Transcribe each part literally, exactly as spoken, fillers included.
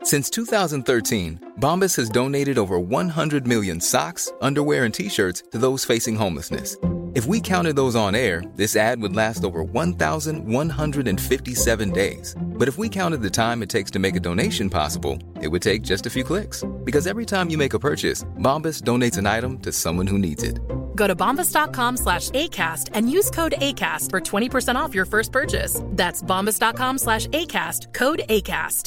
Since two thousand thirteen, Bombas has donated over one hundred million socks, underwear, and T-shirts to those facing homelessness. If we counted those on air, this ad would last over one thousand one hundred fifty-seven days. But if we counted the time it takes to make a donation possible, it would take just a few clicks. Because every time you make a purchase, Bombas donates an item to someone who needs it. Go to bombas.com slash ACAST and use code ACAST for twenty percent off your first purchase. That's bombas.com slash ACAST, code ACAST.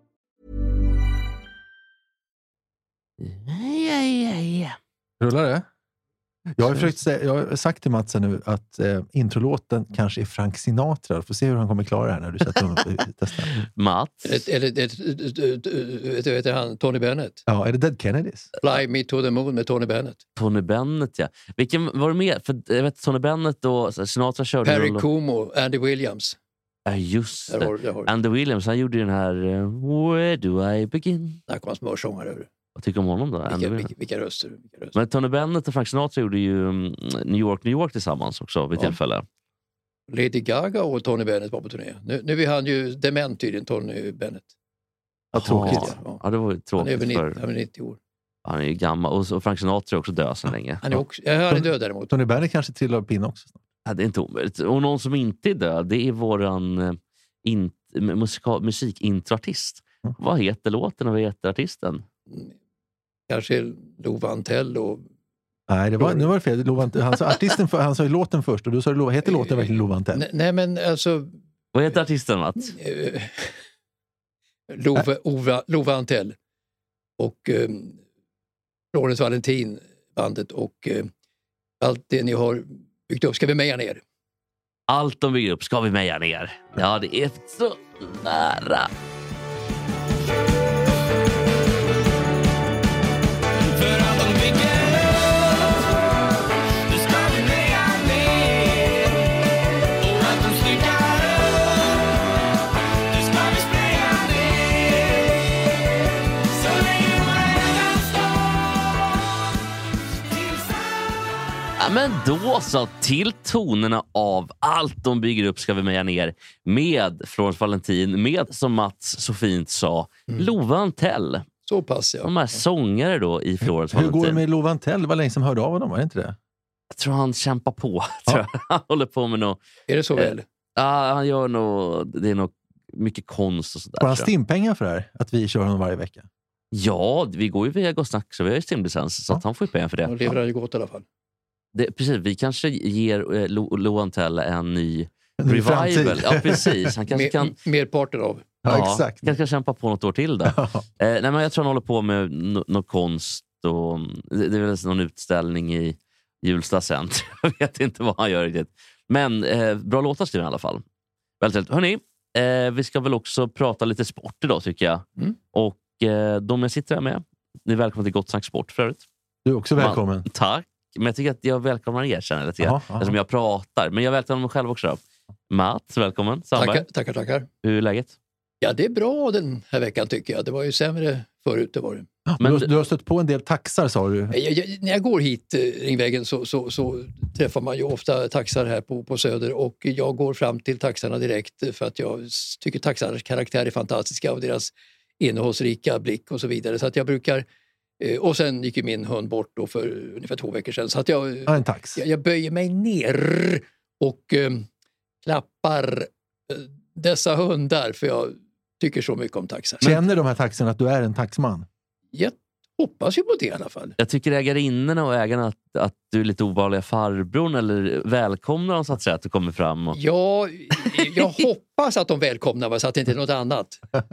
Ja, ja, ja. Rullar det? Jag har, försökt säga, jag har sagt till Mats nu att eh, introlåten kanske är Frank Sinatra. Får se hur han kommer klara det här när du sätter honom och testar. Mats? Eller vet du han Tony Bennett? Ja, är det Dead Kennedys? Fly Me to the Moon med Tony Bennett. Tony Bennett, ja. Vilken var det med? För jag vet Tony Bennett och Sinatra körde... Perry Como, Andy Williams. Ja, just det. Där har, där har. Andy Williams, han gjorde den här Where do I begin? Där kom han smörsångare över. Vad tycker du om honom då? Vilka, vilka, vilka, röster, vilka röster. Men Tony Bennett och Frank Sinatra gjorde ju New York, New York tillsammans också vid ja. tillfälle. Lady Gaga och Tony Bennett var på turné. Nu, nu är han ju dement tydligen, Tony Bennett. Ja, tråkigt. Ja, ja det var ju tråkigt. Han är över nittio, för... han är nittio år. Han är ju gammal. Och, och Frank Sinatra är också död så länge. Han är, också, ja, han är död däremot. Tony Bennett kanske trillar av pinn också. Ja, det är inte omöjligt. Och någon som inte är död, det är våran in, musika, musikintroartist. Mm. Vad heter låten och vad heter artisten? Mm. Kanske Love Antell och... Nej, det var, nu var det fel. Love Antell, han sa artisten för, han sa låten först och du sa Love, heter låten verkligen Love Antell? Nej, nej, men alltså... Vad heter artisten, Mats? Uh, Love, Ova, Love Antell och um, Florence Valentin bandet och uh, allt det ni har byggt upp ska vi meja ner. Allt de bygger upp ska vi meja ner. Ja, det är så nära. Ja, men då så, till tonerna av allt de bygger upp ska vi meja ner med Florence Valentin, med som Mats så fint sa, mm. Love Antell. Så pass, ja. De här sångare då i Florence Hur Valentin. går det med Love Antell? Det var länge som hörde av honom, var det inte det? Jag tror han kämpar på. Ja. Tror jag. Han håller på med något... Är det så väl? Eh, ja, han gör nog... Det är nog mycket konst och sådär. Får han stimpengar för det här? Att vi kör honom varje vecka? Ja, vi går ju via Gå Snack så vi har ju stimlicens. Så ja. att han får ju pengar för det. Han lever han ju gott i alla fall. Det, precis, vi kanske ger eh, Love Antell en ny en revival. Framtid. Ja, precis. Han kanske kan... Merparten av. Ja, Ja, exakt. kanske kan kämpa på något år till där. Ja. Eh, nej, men jag tror han håller på med no- någon konst och det, det är väl någon utställning i Hjulsta centrum. Jag vet inte vad han gör riktigt. Men eh, bra låtar skriver i alla fall. Väldigt, hörni, eh, vi ska väl också prata lite sport idag tycker jag. Mm. Och eh, de jag sitter här med, ni är välkomna till Gott Snack Sport förut. Du är också välkommen. Man, tack. Men jag tycker att jag välkomnar er känner lite grann. Eftersom jag pratar. Men jag välkomnar mig själv också. Mats, välkommen. Tackar, tackar, tackar. Hur är läget? Ja, det är bra den här veckan tycker jag. Det var ju sämre förut, det var det. Ja, men du, du har stött på en del taxar, sa du. Jag, jag, när jag går hit, Ringvägen, så, så, så träffar man ju ofta taxar här på, på Söder. Och jag går fram till taxarna direkt för att jag tycker taxarnas karaktär är fantastiska och deras innehållsrika blick och så vidare. Så att jag brukar... Och sen gick ju min hund bort då för ungefär två veckor sedan. Så att jag, ja, en tax. jag, jag böjer mig ner och eh, klappar eh, dessa hundar för jag tycker så mycket om taxar. Känner de här taxarna att du är en taxman? Jag hoppas ju på det i alla fall. Jag tycker ägarinnorna och ägarna att, att du är lite ovanliga farbrorn eller välkomnar dem så att säga att du kommer fram. Och... Ja, jag hoppas att de välkomnar mig så att det inte är något annat.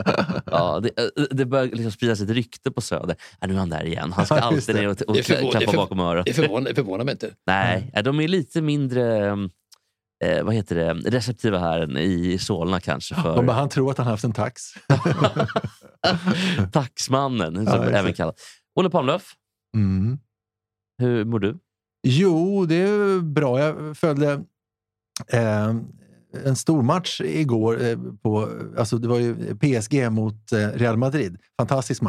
Ja, det, det börjar liksom spridas ett rykte på Söder. Ja, nu är han där igen. Han ska Ja, alltid ner och, och förvå- klappa för- bakom örat. Det förvånar, det förvånar mig inte. Nej, ja, de är lite mindre eh, vad heter det, receptiva här i Solna kanske. För... De bara, han tror att han har haft en tax. Taxmannen, som Ja, även kallas. Olle Palmlöf, Mm. hur mår du? Jo, det är bra. Jag följde eh, en stor match igår. Eh, på, alltså det var ju P S G mot eh, Real Madrid. Fantastisk match.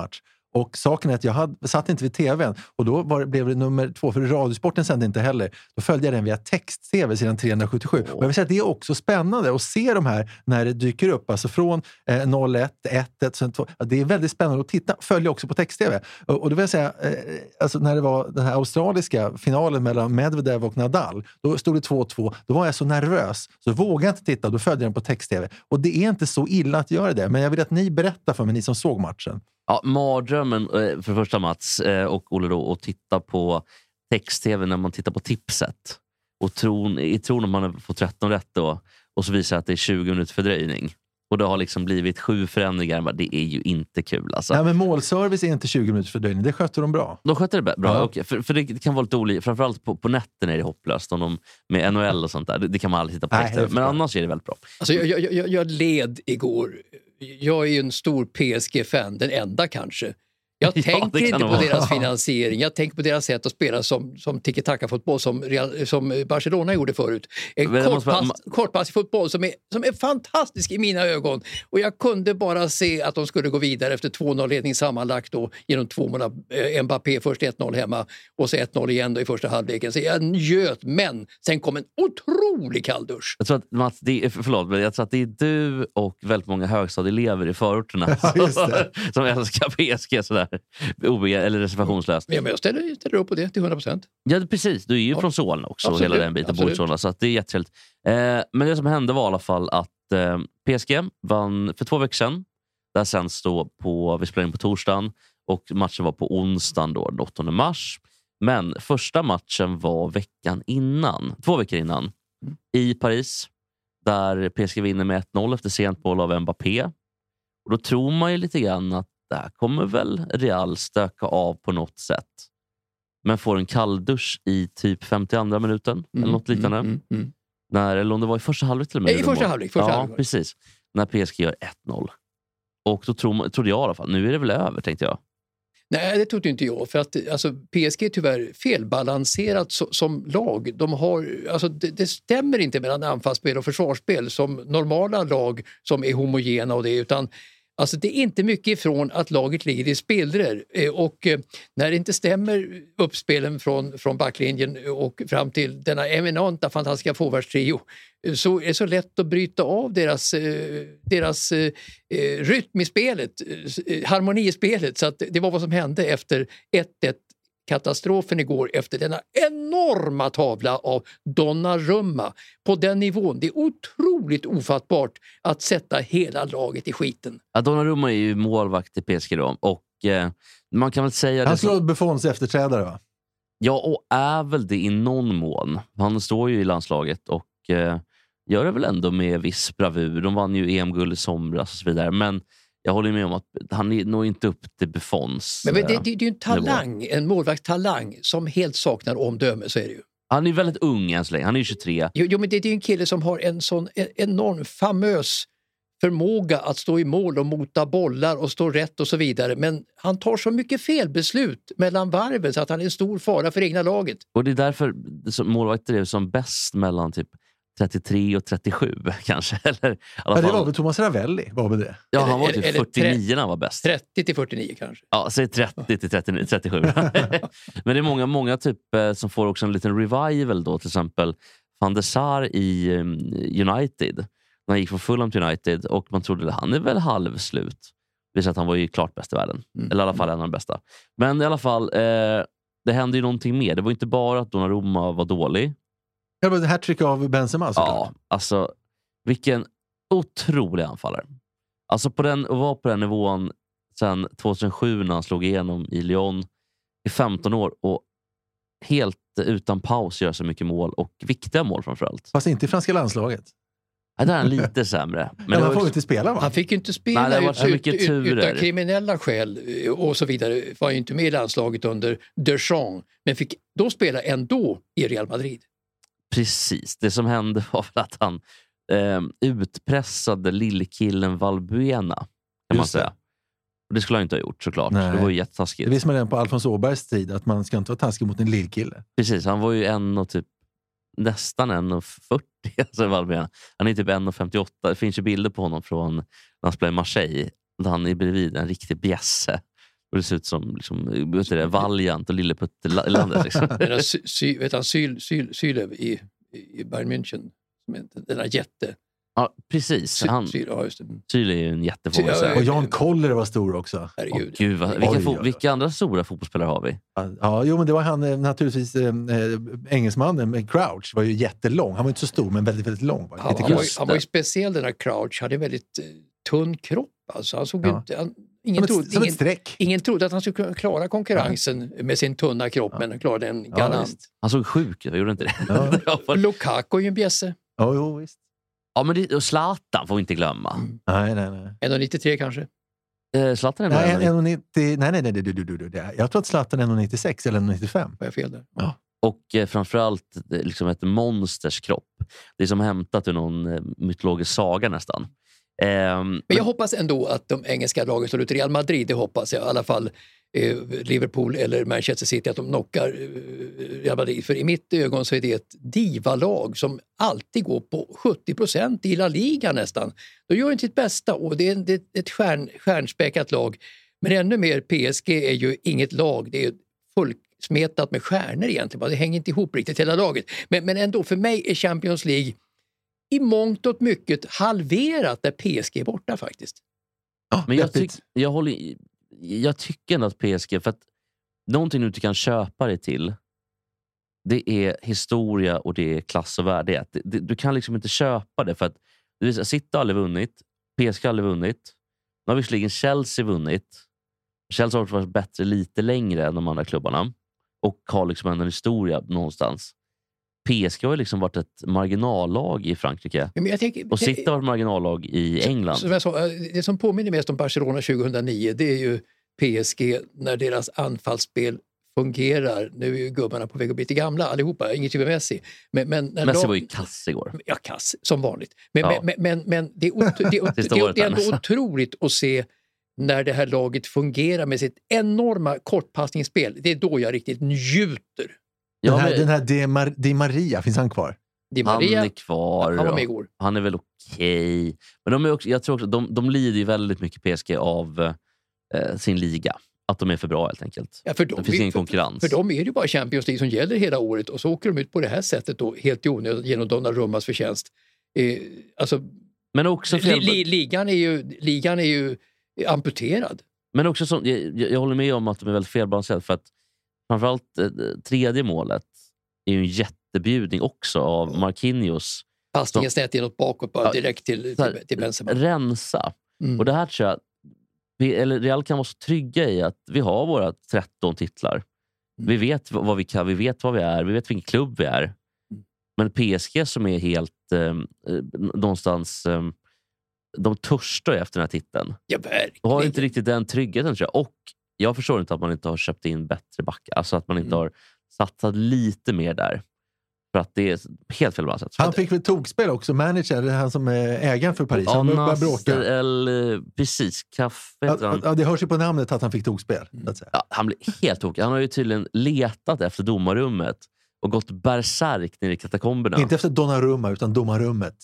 Och saken är att jag hade, satt inte vid tvn och då var, blev det nummer två, för Radiosporten sände inte heller. Då följde jag den via text-tv sedan trehundrasjuttiosju. Oh. Och jag vill säga att det är också spännande att se de här när det dyker upp. Alltså från eh, noll ett, ett ett, sen två. Ja, det är väldigt spännande att titta. Följa också på text-tv. Och, och då vill jag säga, eh, alltså när det var den här australiska finalen mellan Medvedev och Nadal, då stod det två två. Då var jag så nervös så vågade jag inte titta. Då följde jag den på text-tv. Och det är inte så illa att göra det. Men jag vill att ni berättar för mig, ni som såg matchen. Ja, mardrömmen för första Mats och Olle då, att titta på text-tv när man tittar på tipset och tron, i tron om man har fått tretton rätt då, och så visar att det är tjugo minuter fördröjning och det har liksom blivit sju förändringar. Det är ju inte kul alltså. Nej, men målservice är inte tjugo minuter fördröjning, det sköter de bra. De sköter det bra, ja. Okay. För, för det kan vara lite olika, framförallt på, på nätten är det hopplöst om de, med N H L och sånt där, det, det kan man aldrig titta på text-tv. Men annars är det väldigt bra. Alltså, jag, jag, jag, jag led igår. Jag är ju en stor P S G-fan, den enda kanske. Jag Ja, tänker inte på vara. deras finansiering. Jag tänker på deras sätt att spela som, som tiki-taka-fotboll som, Real, som Barcelona gjorde förut. En kortpass, måste... kortpassig fotboll som är, som är fantastisk i mina ögon. Och jag kunde bara se att de skulle gå vidare efter två noll-ledning sammanlagt då, genom två mål av eh, Mbappé, först ett noll hemma och så ett noll igen då i första halvleken. Så jag njöt, men sen kom en otrolig kalldusch. Jag tror att, Mats, det är, förlåt, men jag tror att det är du och väldigt många högstadieelever i förorterna ja, som, som älskar P S G sådär. Eller reservationslöst. Ja, men jag ställer, ställer upp på det till hundra procent. Ja, precis. Du är ju ja. från Solna också, absolut. Hela den biten. Bor i Solna, så att det är jättetrevligt. Eh, men det som hände var i alla fall att eh, P S G vann för två veckor sedan. Där sen stå på, vi spelade in på torsdagen och matchen var på onsdagen då, den åttonde mars. Men första matchen var veckan innan, två veckor innan, mm. i Paris. Där P S G vinner med ett noll efter sent mål av Mbappé. Och då tror man ju lite grann att där kommer väl Real stöka av på något sätt. Men får en kalldusch i typ femtioandra minuten. Mm, eller något liknande. Mm, mm, mm. När, eller om det var i första halvlek till och med. I första halvlek. Första ja, halvlek. Precis. När P S G gör ett noll. Och då tro, trodde jag i alla fall, nu är det väl över, tänkte jag. Nej, det trodde inte jag. För att alltså, P S G är tyvärr felbalanserat so, som lag. De har, alltså, det, det stämmer inte mellan anfallsspel och försvarsspel som normala lag som är homogena och det, utan alltså det är inte mycket ifrån att laget ligger i spillror och när det inte stämmer uppspelen från, från backlinjen och fram till denna eminenta fantastiska forwardstrio så är det så lätt att bryta av deras, deras eh, rytm i spelet, harmoni i spelet. Så att det var vad som hände efter ett ett. Katastrofen igår efter denna enorma tavla av Donnarumma på den nivån. Det är otroligt ofattbart att sätta hela laget i skiten. Ja, Donnarumma är ju målvakt i P S G då, och eh, man kan väl säga... Han slår som... Buffons efterträdare, va? Ja, och är väl det i någon mån. Han står ju i landslaget och eh, gör det väl ändå med viss bravur. De vann ju E M-guld i somras och så vidare, men jag håller med om att han är nog inte upp till Buffons. Men, men det, det, det är ju en talang, en målvaktstalang som helt saknar omdöme, så är det ju. Han är väldigt ung än så länge, han är ju tjugotre. Jo, jo men det, det är ju en kille som har en sån en, enorm famös förmåga att stå i mål och mota bollar och stå rätt och så vidare. Men han tar så mycket felbeslut mellan varven så att han är en stor fara för egna laget. Och det är därför som målvakter är som bäst mellan typ trettiotre och trettiosju kanske. Eller, ja, det var väl Thomas Ravelli, var väl det? Ja, han var typ eller, fyrtionio när han var bäst. trettio till fyrtionio kanske. Ja, säg trettio till trettionio, trettiosju. Men det är många, många typ som får också en liten revival då. Till exempel Van der Sar i United. När han gick från Fulham till United och man trodde att han är väl halvslut. Det att han var ju klart bäst i världen. Mm. Eller i alla fall en av de bästa. Men i alla fall, eh, det hände ju någonting mer. Det var inte bara att Donnarumma var dålig. Det var ett hattrick av Benzema, såklart. Ja, alltså vilken otrolig anfallare. Alltså på den, att vara på den nivån sedan tjugohundrasju när han slog igenom i Lyon i femton år och helt utan paus gör så mycket mål och viktiga mål framförallt. Fast inte i franska landslaget. Ja, det är lite sämre. Men ja, han får ju inte spela, va? Han fick ju inte spela. Nej, det var så ut, mycket ut, utan kriminella skäl och så vidare. Var ju inte med i landslaget under Deschamps, men fick då spela ändå i Real Madrid. Precis. Det som hände var att han eh, utpressade lillkillen Valbuena, kan Just man säga. Och det skulle han inte ha gjort, såklart. Nej. Det var ju jättetaskigt. Det visste man redan på Alfons Åbergs tid, att man ska inte vara taskig mot en lillkille. Precis, han var ju en och typ nästan en och fyrtio, alltså Valbuena. Han är typ en och femtioåtta. Det finns ju bilder på honom från när han spelade i Marseille. Där han är bredvid en riktig bjässe. Och det ser ut som liksom, vet du det, Valiant och Lilleputt-landet. Liksom. Den här sy, sy, vet han, Syl, Syl, Sylev i, i Bayern München. Den här jätte... Ja, precis. Sy, Han, Syl, ja, just det. Syl är ju en jättefågel. Sy, ja, Och Jan Koller var stor också. Herregud. Åh, Gud, vad, vilka, Oj, fo- oj, oj. vilka andra stora fotbollsspelare har vi? Ja, jo, men det var han eh, naturligtvis eh, engelsmannen med Crouch. Var ju jättelång. Han var inte så stor, men väldigt, väldigt lång. Var Han, lite han, var, ju- Just han var ju det. speciell, den här Crouch. Hade väldigt eh, tunn kropp. Alltså. Han såg Ja. ut, han, ingen, som trodde, ett, som ett ingen, streck. ingen trodde att han skulle kunna klara konkurrensen med sin tunna kropp, men han klarade den Ja, galant. visst. Han såg sjuk ut, gjorde inte det? Ja. Ja, Och Lukaku är ju en bjässe. Ja, jo, visst. ja, men det, och Zlatan får vi inte glömma. Mm. Nej, nej, nej. ett komma nittiotre kanske. Eh, Zlatan är Nej, nog en komma nittio, nej, nej, nej, du, du, du, du, du. Jag tror att Zlatan är en komma nittiosex eller en komma nittiofem. Var jag fel där? Ja. Och eh, framförallt eh, liksom ett monsters kropp. Det är som hämtat ur någon eh, mytologisk saga nästan. Ehm, Men jag hoppas ändå att de engelska lagen står ut. Real Madrid, det hoppas jag. I alla fall eh, Liverpool eller Manchester City, att de knockar eh, Real Madrid. För i mitt ögon så är det ett divalag som alltid går på sjuttio procent i La Liga nästan. De gör inte sitt bästa och det är, det är ett stjärn, stjärnspäckat lag. Men ännu mer, P S G är ju inget lag. Det är fullsmetat med stjärnor egentligen. Det hänger inte ihop riktigt hela laget. Men, men ändå, för mig är Champions League i mångt och mycket halverat där P S G är borta faktiskt. Ja, Men jag, deppigt. tyck, jag, håller, i- jag tycker ändå att P S G, för att någonting du inte kan köpa dig till, det är historia och det är klass och värdighet. Det, det, du kan liksom inte köpa det, för att det vill säga, City har aldrig vunnit, P S G har aldrig vunnit. Nu har visserligen Chelsea vunnit. Chelsea har varit bättre lite längre än de andra klubbarna och har liksom en historia någonstans. P S G har ju liksom varit ett marginallag i Frankrike. Men jag tänker, Och City har varit marginallag i England. Som jag sa, det som påminner mest om Barcelona tjugohundranio, det är ju P S G när deras anfallsspel fungerar. Nu är ju gubbarna på väg att bli lite gamla allihopa, inget med Messi. Men, men när Messi lag- var ju kass igår. Ja, kass, som vanligt. Men, Ja. men, men, men det, är ot- det, är, Sista det, är, året det är där ändå nästan. otroligt att se när det här laget fungerar med sitt enorma kortpassningsspel. Det är då jag riktigt njuter. Ja, Den här, men- den här Di, Mar- Di Maria, finns han kvar? Di Han Maria, är kvar. han var ja. med igår. Han är väl okej. Men de är också, jag tror också, de, de lider ju väldigt mycket P S G av eh, sin liga. Att de är för bra helt enkelt. Ja, för dem, Det finns ingen för, konkurrens. För dem är det ju bara Champions League som gäller hela året och så åker de ut på det här sättet då, helt i onödan genom Donnarummas förtjänst. Eh, alltså, Men också, li, fel, li, ligan, är ju, ligan är ju amputerad. men också som, jag, jag håller med om att de är väldigt felbalanserade. För att framförallt eh, tredje målet är ju en jättebjudning också av Marquinhos. Passningen snett inåt bakåt bara Ja, direkt till, så här, till, till Benzema. Rensa. Mm. Och det här tror jag, vi, eller Real kan vara så trygga i att vi har våra tretton titlar. Vi vet vad vi kan, vi vet vad vi är, vi vet vilken klubb vi är. Men P S G som är helt eh, någonstans, eh, de törstar ju efter den här titeln. Ja, De verkligen. har inte riktigt den tryggheten tror jag. Och jag förstår inte att man inte har köpt in bättre backar. Alltså att man inte Mm. har satsat lite mer där. För att det är helt fel balanserat. Han fick väl tokspel också, manager, han som är ägaren för Paris. Han började bråka. Eller precis, kaffe Ja, heter han. ja, det hörs ju på namnet att han fick tokspel. Så att säga. Ja, han blev helt tokig. Han har ju tydligen letat efter domarrummet och gått bärsärk nere i katakomberna. Inte efter Donnarumma, utan domarrummet.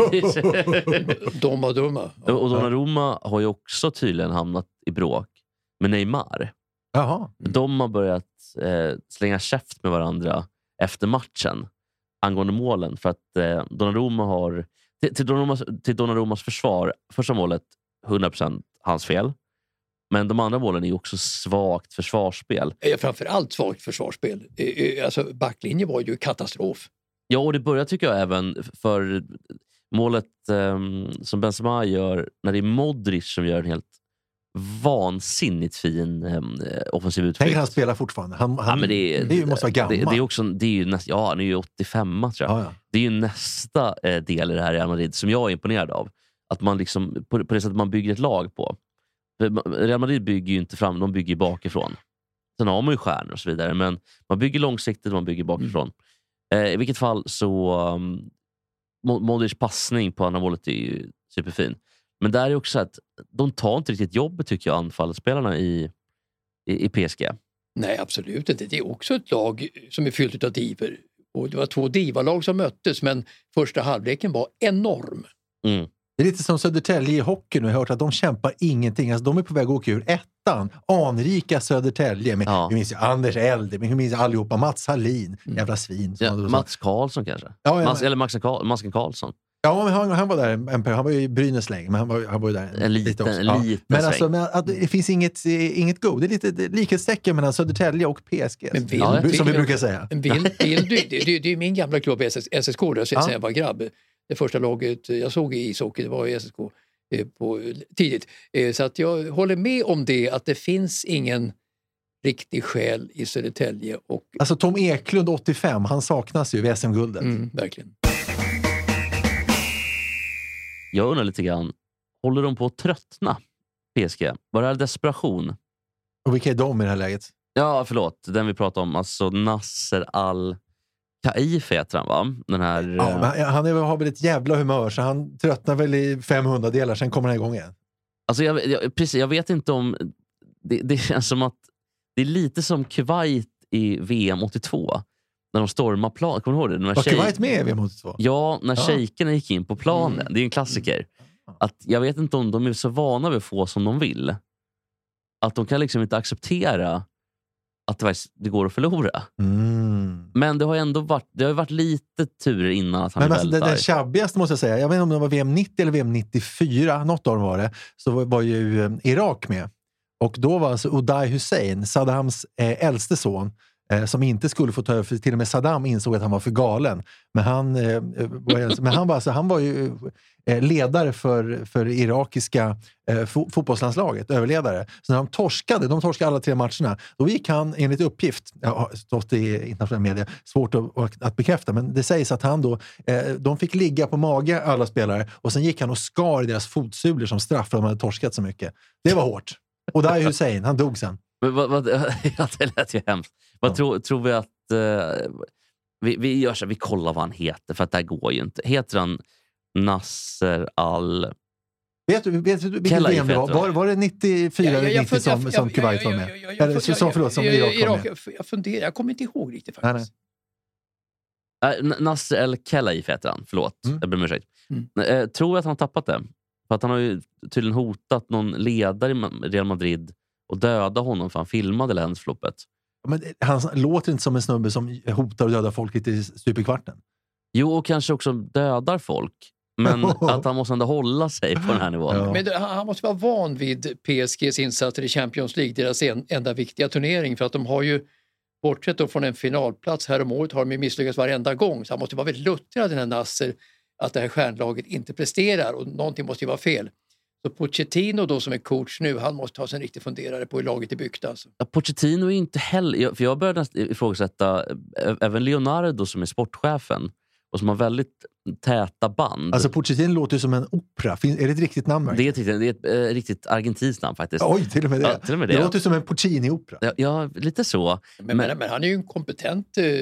Dumma, dumma. Ja. Och Donnarumma har ju också tydligen hamnat i bråk med Neymar. Jaha. De har börjat eh, slänga käft med varandra efter matchen angående målen. För att eh, Donnarumma har... Till, till, Donnarummas, till Donnarummas försvar, första målet hundra procent hans fel. Men de andra målen är ju också svagt försvarsspel. Ja, framförallt svagt försvarsspel. Eh, eh, Alltså, backlinjen var ju katastrof. Ja, och det börjar tycker jag även för målet eh, som Benzema gör när det är Modric som gör en helt vansinnigt fin eh, offensiv Tänk utflykt. han spelar fortfarande. Han, han, Ja, men det, är, det måste vara gammal. Det, det är också, det är ju näst, ja, han är ju åttiofem tror jag. Ja, ja. Det är ju nästa eh, del i det här Real Madrid som jag är imponerad av. Att man liksom, på, på det sättet man bygger ett lag på. För Real Madrid bygger ju inte fram, de bygger ju bakifrån. Sen har man ju stjärnor och så vidare, men man bygger långsiktigt, man bygger bakifrån. Mm. Eh, I vilket fall så um, Modric passning på andra målet är ju superfin. Men där är också att de tar inte riktigt jobbet tycker jag, anfallsspelarna i, i, i P S G. Nej, absolut inte. Det är också ett lag som är fyllt av diver. Och det var två divalag som möttes, men första halvleken var enorm. Mm. Det är lite som Södertälje i hockey nu. Jag har hört att de kämpar ingenting. Alltså, de är på väg att åka ur ettan ettan, anrika Södertälje. Men, Ja. Vi minns ju Anders Elde, men vi minns allihopa. Mats Hallin, jävla svin. Ja, Mats Karlsson kanske? Ja, ja, Mats, men- eller Max Karl, Masken Karlsson. Ja, men han, han var där en, en, han var ju i Brynäs länge, men han var, han var ju där en, En liten- lite också. en Ja. liten Men sväng. alltså, men att det finns inget, eh, inget go. Det är lite det är likhetstecken mellan Södertälje och P S G. Men vill- som, vill- som vi brukar säga. En bild, bild, det, det, det är min gamla klubb S S K där, sen Ja. jag var grabb. Det första laget jag såg i ishockey, det var i S S K eh, på, tidigt. Eh, så att jag håller med om det, att det finns ingen riktig själ i Södertälje. Och, Alltså Tom Eklund åttiofem, han saknas ju vid S M-guldet. mm, verkligen. Jag undrar lite grann, håller de på att tröttna, P S G? Var det här desperation? Och vilka är de i det här läget? Ja, förlåt. Den vi pratade om. Alltså Nasser Al-Khelaifi heter han, va? Den här... Ja, eh, men han är, har väl ett jävla humör, så han tröttnar väl i femhundra delar, sen kommer han igång igen. Alltså jag, jag, precis, jag vet inte om... Det, det känns som att det är lite som Kuwait i V M åttiotvå. När de stormar plan. Kommer du ihåg det? När Var tjej- Kuwait med i V M åttiotvå? Ja, när Ja. shejkerna gick in på planen. Mm. Det är en klassiker. Att jag vet inte om de är så vana vid att få som de vill. Att de kan liksom inte acceptera att det, faktiskt, det går att förlora. Mm. Men det har ändå varit, det har varit lite turer innan att han Men är alltså, det, väldigt det arg. tjabbigaste måste jag säga, jag vet inte om det var V M nittio eller V M nittiofyra, något av dem var det, så var, var ju eh, Irak med. Och då var alltså Uday Hussein, Saddams eh, äldste son, eh, som inte skulle få ta över, för till och med Saddam insåg att han var för galen. Men han, eh, var, men han, var, alltså, han var ju eh, ledare för, för irakiska eh, fo- fotbollslandslaget, överledare. Så när de torskade, de torskade alla tre matcherna, då gick han enligt uppgift, jag har stått i internationella medier, svårt att, att bekräfta, men det sägs att han då, eh, de fick ligga på mage alla spelare, och sen gick han och skar deras fotsulor som straff för att de hade torskat så mycket. Det var hårt. Och Uday Hussein, han dog sen. Men vad, vad, ja, det lät ju hemskt. Vad Ja. tror, tror vi att... eh, vi, vi gör så här, vi kollar vad han heter, för att det här går ju inte. Heter han Nasser Al... Vet du, vet du vilket Khelaifi V M det var? heter det. Var, var det nittiofyra eller nittio som, som Kuwait var med? Eller så- som, förlåt, som Irak var med. Jag, jag funderar, jag kommer inte ihåg riktigt Nej, faktiskt. Äh, N- Nasser Al-Khelaifi heter han. Förlåt, Mm. jag ber om ursäkt. Mm. Eh, tror att han har tappat det. För att han har ju tydligen hotat någon ledare i Ma- Real Madrid och döda honom för han filmade länsfloppet. Men han låter inte som en snubbe som hotar att döda folk lite i stup i kvarten. Jo, och kanske också dödar folk. Men att han måste ändå hålla sig på den här nivån. Ja. Men det, han han måste vara van vid P S Gs insatser i Champions League, deras en, enda viktiga turnering, för att de har ju, bortsett då från en finalplats här om året, har de ju misslyckats varenda gång. Så han måste vara väldigt luttrad, den här Nasser, att det här stjärnlaget inte presterar, och någonting måste ju vara fel. Så Pochettino då, som är coach nu, han måste ta sig en riktig funderare på hur laget är byggt. Alltså. Ja, Pochettino är ju inte heller... jag- För jag började nästan ifrågasätta ä- även Leonardo som är sportchefen och som har väldigt täta band. Alltså Pochettino låter ju som en opera. Fin- Är det ett riktigt namn? det är ett, riktigt- det är ett eh, riktigt argentinskt namn faktiskt. Oj, till och med det. Ja, till och med det. det. låter som en Puccini-opera. Ja, ja, lite så. Men, Men- men, men han är ju en kompetent eh,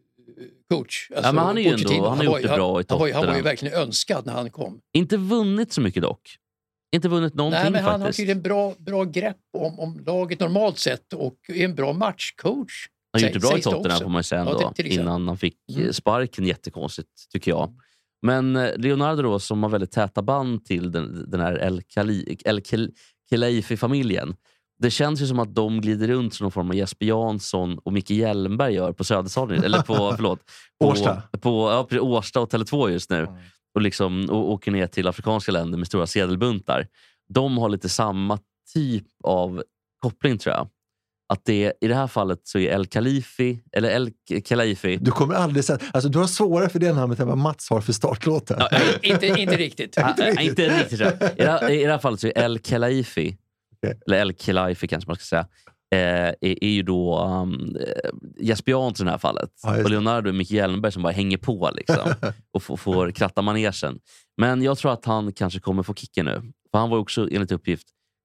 coach. Alltså, Ja, men han är ju Pochettino, ändå- han har var gjort ju- det bra i han, var ju- han var ju Tottenham. verkligen önskad när han kom. Inte vunnit så mycket dock. Inte vunnit någonting Nej, men han har faktiskt. tydligen bra, bra grepp om, om laget normalt sett och är en bra matchcoach. Han gjorde det bra i sägs det Tottenham också. får man ju säga Ja, ändå, det- till exempel. innan han fick eh, Mm. sparken. Jättekonstigt tycker jag. Men eh, Leonardo då, som har väldigt täta band till den, den här El Khali- El Khel- Khelaifi-familjen. Det känns ju som att de glider runt som någon form av Jesper Jansson och Micke Hjelmberg gör på Södersalen. Eller på, förlåt. På, Årsta. På, ja, precis, Årsta och Tele två just nu. Och, liksom, och åker ner till afrikanska länder med stora sedelbuntar. De har lite samma typ av koppling tror jag. Att det, i det här fallet så är El Khalifi, eller El Khelaifi. Du kommer aldrig säga... Alltså du har svårare för det namnet än vad Mats har för startlåten. Ja, inte, inte riktigt. Ah, ah, inte riktigt så. I det, här, I det här fallet så är El Khelaifi, Okej. eller El Khelaifi kanske man ska säga, eh, är, är ju då um, Jesper Jansson i det här fallet. Ja, just och det. Leonardo är Micke Hjelmberg som bara hänger på liksom, och får, får kratta manegen. Men jag tror att han kanske kommer få kicken nu. För han var också enligt uppgift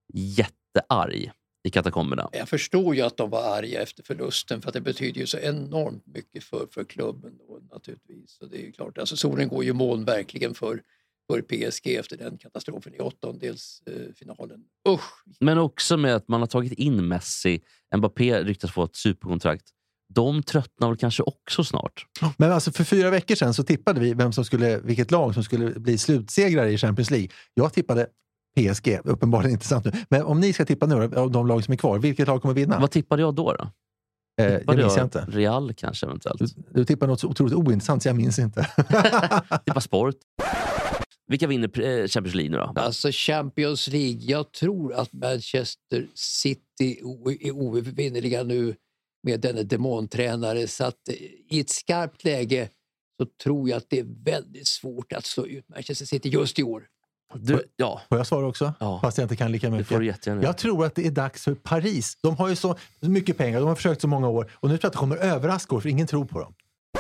jättearg i katakomberna. Jag förstår ju att de var arga efter förlusten, för att det betyder ju så enormt mycket för, för klubben då, naturligtvis. Så det är ju klart, alltså solen går ju moln verkligen för, för P S G efter den katastrofen i åttondelsfinalen. Usch! Men också med att man har tagit in Messi. Mbappé ryktas få ett superkontrakt. De tröttnar väl kanske också snart. Men alltså för fyra veckor sedan så tippade vi vem som skulle, vilket lag som skulle bli slutsegrare i Champions League. Jag tippade P S G, uppenbarligen intressant nu. Men om ni ska tippa nu av de lag som är kvar, vilket lag kommer vinna? Vad tippade jag då? då? Eh, det minns jag inte. Real kanske eventuellt. Du, du tippar något så otroligt ointressant så jag minns inte. Tippa sport. Vilka vinner Champions League nu då? Alltså Champions League, jag tror att Manchester City är oövervinneliga nu med denna demontränare. Så att i ett skarpt läge så tror jag att det är väldigt svårt att slå ut Manchester City just i år. Du, ja. Får jag svara också? Ja. Fast jag inte kan lika mycket. Det får du jättegärna. Jag tror att det är dags för Paris. De har ju så mycket pengar, de har försökt så många år. Och nu tror jag att det kommer överraska år, för ingen tror på dem.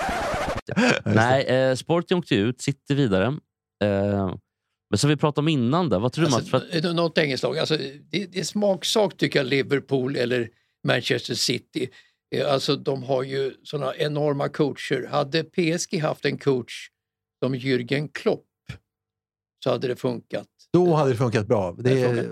Nej, eh, Sporting åkte ut, City vidare. Eh, men som vi pratade om innan där, vad tror du alltså, Mats? För att... Något engelskt lag. Alltså, det, det är smaksak tycker jag, Liverpool eller Manchester City. Eh, alltså de har ju sådana enorma coacher. Hade P S G haft en coach som Jürgen Klopp så hade det funkat. Då hade det funkat bra. Det är...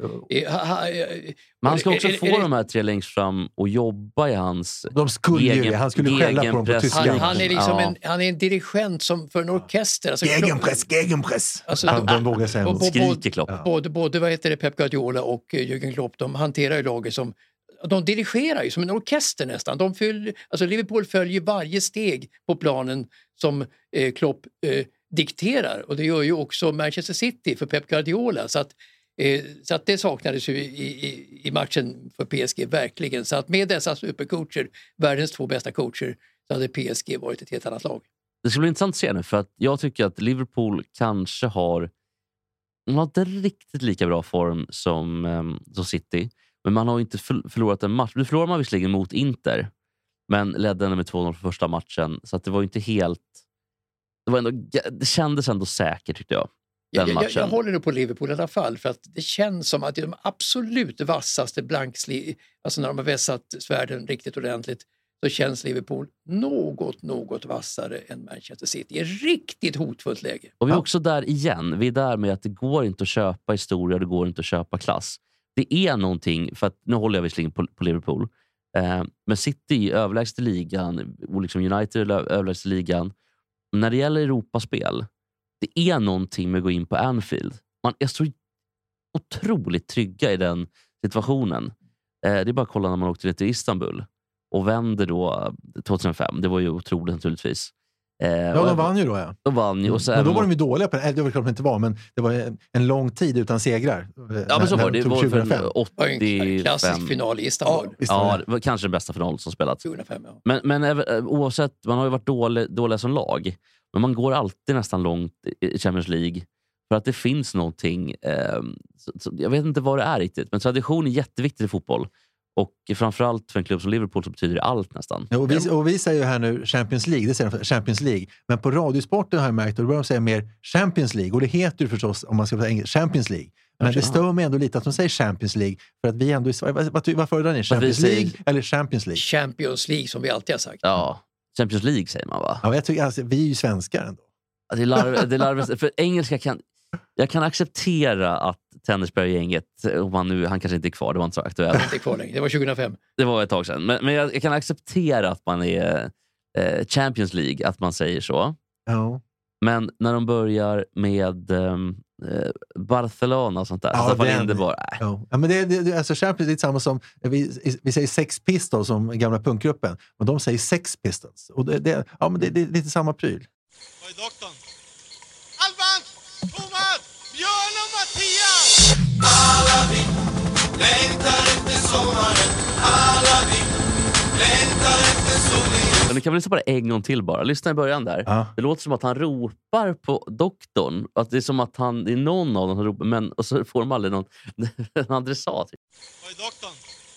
Man ska också är, få är, är, de här tre längst fram och jobba i hans... De skulle egen, ju, han skulle skälla på dem på tyska. Han, han, är liksom ja. en, han är en dirigent som för en orkester. Alltså, gegenpress, gegenpress. Alltså, de, de vågar säga bo, bo, skriker Klopp. Ja. Både, både vad heter det, Pep Guardiola och Jürgen Klopp, de hanterar ju laget som... De dirigerar ju som en orkester nästan. De följer, alltså Liverpool följer varje steg på planen som eh, Klopp eh, dikterar. Och det gör ju också Manchester City för Pep Guardiola. Så att, eh, så att det saknades ju i, i, i matchen för P S G verkligen. Så att med dessa supercoacher, världens två bästa coacher, så hade P S G varit ett helt annat lag. Det skulle bli intressant att se nu, för att jag tycker att Liverpool kanske har... De har inte riktigt lika bra form som, um, som City. Men man har inte förlorat en match. Nu förlorade man visserligen mot Inter. Men ledde med två noll för första matchen. Så att det var inte helt... Det, var ändå, det kändes ändå säkert tyckte jag. Den jag, matchen. jag, jag håller nu på Liverpool i alla fall. För att det känns som att det är de absolut vassaste blanksli... Alltså när de har vässat svärden riktigt ordentligt. Så känns Liverpool något, något vassare än Manchester City. I ett riktigt hotfullt läge. Och vi är också där igen. Vi är där med att det går inte att köpa historia. Det går inte att köpa klass. Det är någonting, för att nu håller jag visserligen på, på Liverpool, eh, men City är överlägset i ligan och liksom United är överlägset i ligan. Men när det gäller Europaspel, det är någonting med att gå in på Anfield. Man är så otroligt trygga i den situationen. Eh, det är bara att kolla när man åkte ner till Istanbul och vände då tjugohundrafem. Det var ju otroligt naturligtvis. Eh, ja, de vann ju då, ja. De vann ju. Och så men då var de ju dåliga på det. Det var klart de inte var, men det var en lång tid utan segrar. Ja, men så var det. Det var för åttiofem. En klassisk final i Istanbul. Ja, ja, det var kanske den bästa final som spelats. tjugohundrafem, ja. Men, men oavsett, man har ju varit dålig, dåliga som lag. Men man går alltid nästan långt i Champions League. För att det finns någonting... Eh, så, så, jag vet inte vad det är riktigt. Men tradition är jätteviktigt i fotboll. Och framförallt för en klubb som Liverpool så betyder det allt nästan. Ja, och, vi, och vi säger ju här nu Champions League, det säger de Champions League. Men på radiosporten har jag märkt att då börjar de säga mer Champions League. Och det heter ju förstås, om man ska säga Champions League. Men ja, det stör mig ändå lite att de säger Champions League. För att vi ändå i Sverige, vad, vad, vad föredrar ni? Champions säger... League eller Champions League? Champions League som vi alltid har sagt. Ja, Champions League säger man va? Ja, jag tycker, alltså, vi är ju svenskar ändå. Ja, det är larv, det är larv, för engelska kan... Jag kan acceptera att tennisspelare-gänget, om han nu, han kanske inte är kvar, det var inte så aktuellt. Inte kvar längre. Det var tjugohundrafem. Det var ett tag sedan. Men, men jag, jag kan acceptera att man är eh, Champions League, att man säger så. Ja. Men när de börjar med eh, Barcelona och sånt där, ja, så att man den, inte bara... Äh. Ja. Ja, men det, det, alltså Champions League är samma som, vi, vi säger Sex Pistols som gamla punkgruppen, men de säger Sex Pistols. Och det, det, ja, men det, det är lite samma pryl. Vad är doktorn? Alban! Thomas! Björn och Mattias! Alla vi längtar efter sommaren. Alla vi längtar efter solen. Men du kan väl lyssna på det en gång till bara. Lyssna i början där. Ja. Det låter som att han ropar på doktorn. Att det är som att han, det är någon av dem som ropar. Men, och så får de aldrig någon en adressat. Vad är doktorn?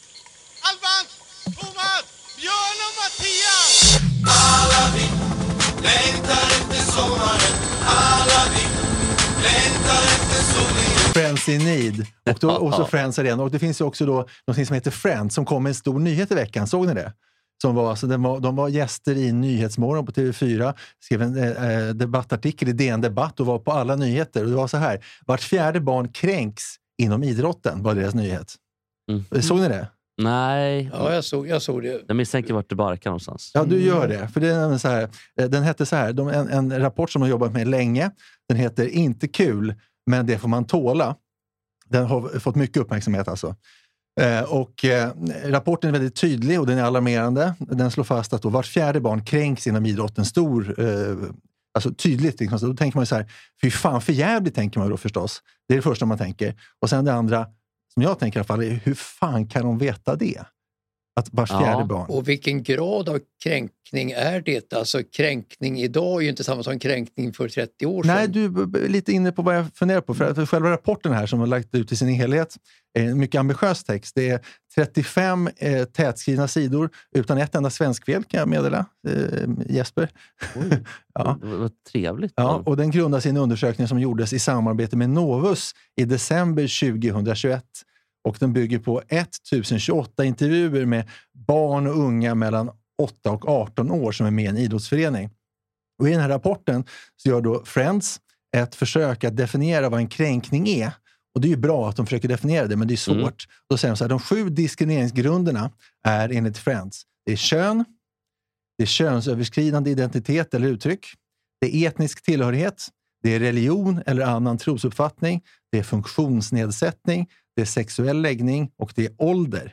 Alban! Thomas! Björn och Mattias! Alla vi längtar efter sommaren. Alla vi längtar efter solen. Friends in Need. Och, då, och så Friends Arena. Och det finns ju också då något som heter Friends som kom med en stor nyhet i veckan. Såg ni det? Som var, alltså, de, var, de var gäster i Nyhetsmorgon på T V fyra. Skrev en eh, debattartikel i D N Debatt och var på alla nyheter. Och det var så här. Vart fjärde barn kränks inom idrotten var deras nyhet. Mm. Såg ni det? Nej. Ja, jag såg, jag såg det. Jag misstänker vart det barkar någonstans. Ja, du gör det. För det är så här, den hette så här, de, en, en rapport som de har jobbat med länge. Den heter Inte kul, men det får man tåla. Den har fått mycket uppmärksamhet alltså. Eh, och eh, rapporten är väldigt tydlig och den är alarmerande. Den slår fast att då vart fjärde barn kränks inom idrotten. Stor, eh, alltså tydligt. Liksom. Så då tänker man ju så här, fy fan för jävligt tänker man då förstås. Det är det första man tänker. Och sen det andra, som jag tänker i alla fall, är hur fan kan de veta det? Att vars fjärde Ja. barn. Och vilken grad av kränkning är det? Alltså kränkning idag är ju inte samma som kränkning för trettio år sedan. Nej, du är lite inne på vad jag funderar på. För, för själva rapporten här som har lagt ut i sin helhet är en mycket ambitiös text. Det är trettiofem eh, tätskrivna sidor utan ett enda svenskfel kan jag meddela, eh, Jesper. Ja. Det var trevligt. Ja, och den grundar sin undersökning som gjordes i samarbete med Novus i december tjugohundratjugoett. Och den bygger på tusen tjugoåtta intervjuer med barn och unga mellan åtta och arton år som är med i en idrottsförening. Och i den här rapporten så gör då Friends ett försök att definiera vad en kränkning är. Och det är ju bra att de försöker definiera det, men det är svårt. Mm. Då säger de så här, de sju diskrimineringsgrunderna är enligt Friends. Det är kön, det är könsöverskridande identitet eller uttryck, det är etnisk tillhörighet, det är religion eller annan trosuppfattning, det är funktionsnedsättning, det är sexuell läggning och det är ålder.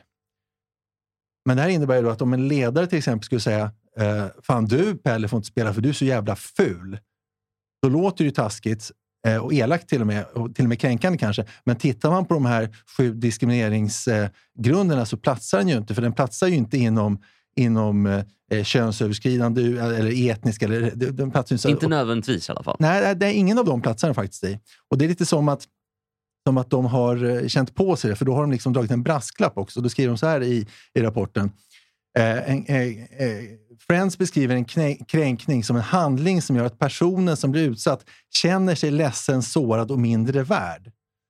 Men det här innebär ju då att om en ledare till exempel skulle säga eh, fan du Pelle får inte spela för du är så jävla ful. Då låter det ju taskigt eh, och elakt till och med, och till och med kränkande kanske. Men tittar man på de här sju diskrimineringsgrunderna eh, så platsar den ju inte. För den platsar ju inte inom, inom eh, könsöverskridande eller etnisk. Eller, den platsar inte, inte nödvändigtvis i alla fall. Nej, det är ingen av de platserna faktiskt i. Och det är lite som att som att de har känt på sig det, för då har de liksom dragit en brasklapp också. Då skriver de så här i, i rapporten. Eh, en, eh, eh, Friends beskriver en knä- kränkning som en handling som gör att personen som blir utsatt känner sig ledsen, sårad och mindre värd.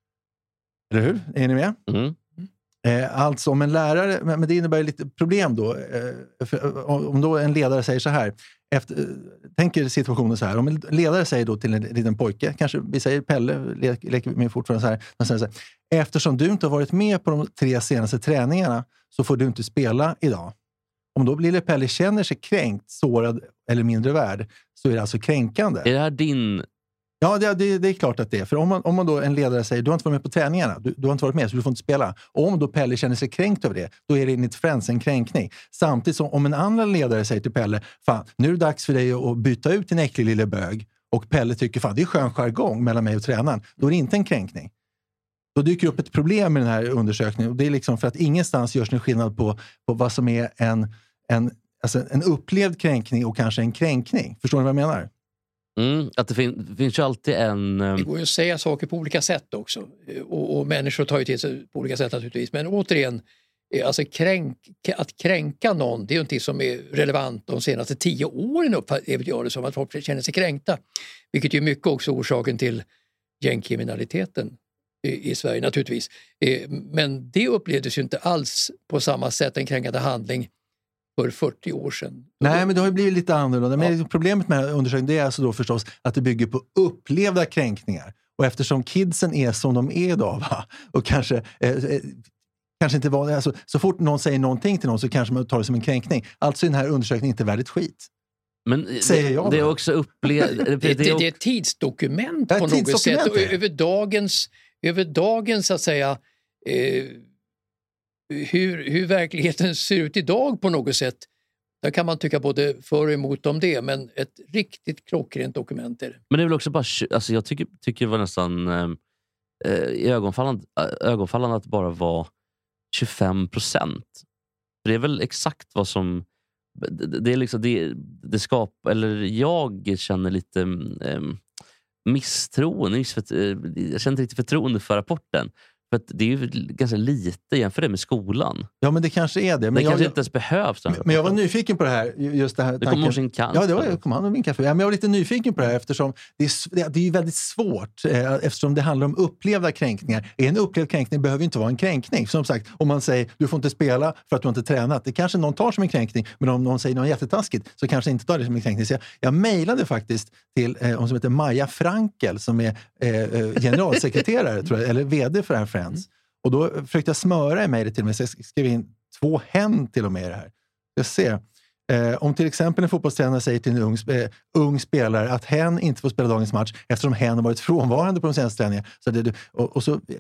Eller hur? Är ni med? Mm. Eh, alltså om en lärare, men, men det innebär ju lite problem då. Eh, för, om då en ledare säger så här, efter, tänker situationen så här, om en ledare säger då till en liten pojke, kanske vi säger Pelle, leker le, med fortfarande så här, men säger så här, eftersom du inte har varit med på de tre senaste träningarna så får du inte spela idag. Om då lille Pelle känner sig kränkt, sårad eller mindre värd så är det alltså kränkande. Är det här din... Ja, det, det, det är klart att det är. För om man, om man då en ledare säger, du har inte varit med på träningarna, du, du har inte varit med så du får inte spela. Och om då Pelle känner sig kränkt över det, då är det enligt Friends en kränkning. Samtidigt som om en annan ledare säger till Pelle, fan, nu är det dags för dig att byta ut din äcklig lille bög. Och Pelle tycker, fan, det är skön jargong mellan mig och tränaren. Då är det inte en kränkning. Då dyker upp ett problem med den här undersökningen. Och det är liksom för att ingenstans görs en skillnad på, på vad som är en, en, alltså en upplevd kränkning och kanske en kränkning. Förstår ni vad jag menar? Mm, att det, fin- det finns ju alltid en... Um... Det går ju att säga saker på olika sätt också. Och, och människor tar ju till sig på olika sätt naturligtvis. Men återigen, alltså kränk, att kränka någon, det är ju inte som är relevant de senaste tio åren upplever jag det som att folk känner sig kränkta. Vilket är mycket också orsaken till gängkriminaliteten i, i Sverige naturligtvis. Men det upplevdes ju inte alls på samma sätt en kränkande handling för fyrtio år sedan. Nej, men det har ju blivit lite annorlunda. Men ja. Problemet med undersökningen det är alltså då förstås att det bygger på upplevda kränkningar. Och eftersom kidsen är som de är idag, va? Och kanske, eh, kanske inte var, alltså, så fort någon säger någonting till någon så kanske man tar det som en kränkning. Alltså är den här undersökningen inte värdigt skit. Men säger det, jag det är också upplevt... det, det, det, det är ett tidsdokument på något tidsdokument sätt. Och över dagens, över dagens så att säga... Eh, Hur, hur verkligheten ser ut idag på något sätt. Där kan man tycka både för och emot om det, men ett riktigt klockrent dokument är det. Men det är väl också bara, alltså jag tycker, tycker det var nästan eh, ögonfallande, ögonfallande att det bara var tjugofem procent. Det är väl exakt vad som det, det är liksom det, det skapar, eller jag känner lite eh, misstroende, jag känner inte riktigt förtroende för rapporten. För att det är ju ganska lite jämfört det med skolan. Ja, men det kanske är det. Men det jag, kanske inte ens behövs. Men, men jag var nyfiken på det här. Just det här det kommer sin kaffe. Ja, det var, kom han och min kaffe. Ja, men jag var lite nyfiken på det här eftersom det är, det är ju väldigt svårt eh, eftersom det handlar om upplevda kränkningar. En upplevd kränkning behöver ju inte vara en kränkning. Som sagt, om man säger du får inte spela för att du inte tränat. Det kanske någon tar som en kränkning. Men om någon säger något jättetaskigt så kanske inte tar det som en kränkning. Så jag, jag mejlade faktiskt till eh, hon som heter Maja Frankel som är eh, generalsekreterare tror jag, eller vd för det här Friends. Och då försökte jag smöra i mejlet till mig, så jag skrev in två hen till och med i det här. Jag ser. Eh, om till exempel en fotbollstränare säger till en ung, eh, ung spelare att hen inte får spela dagens match eftersom hen har varit frånvarande på de senaste träningarna. Så det, och, och så,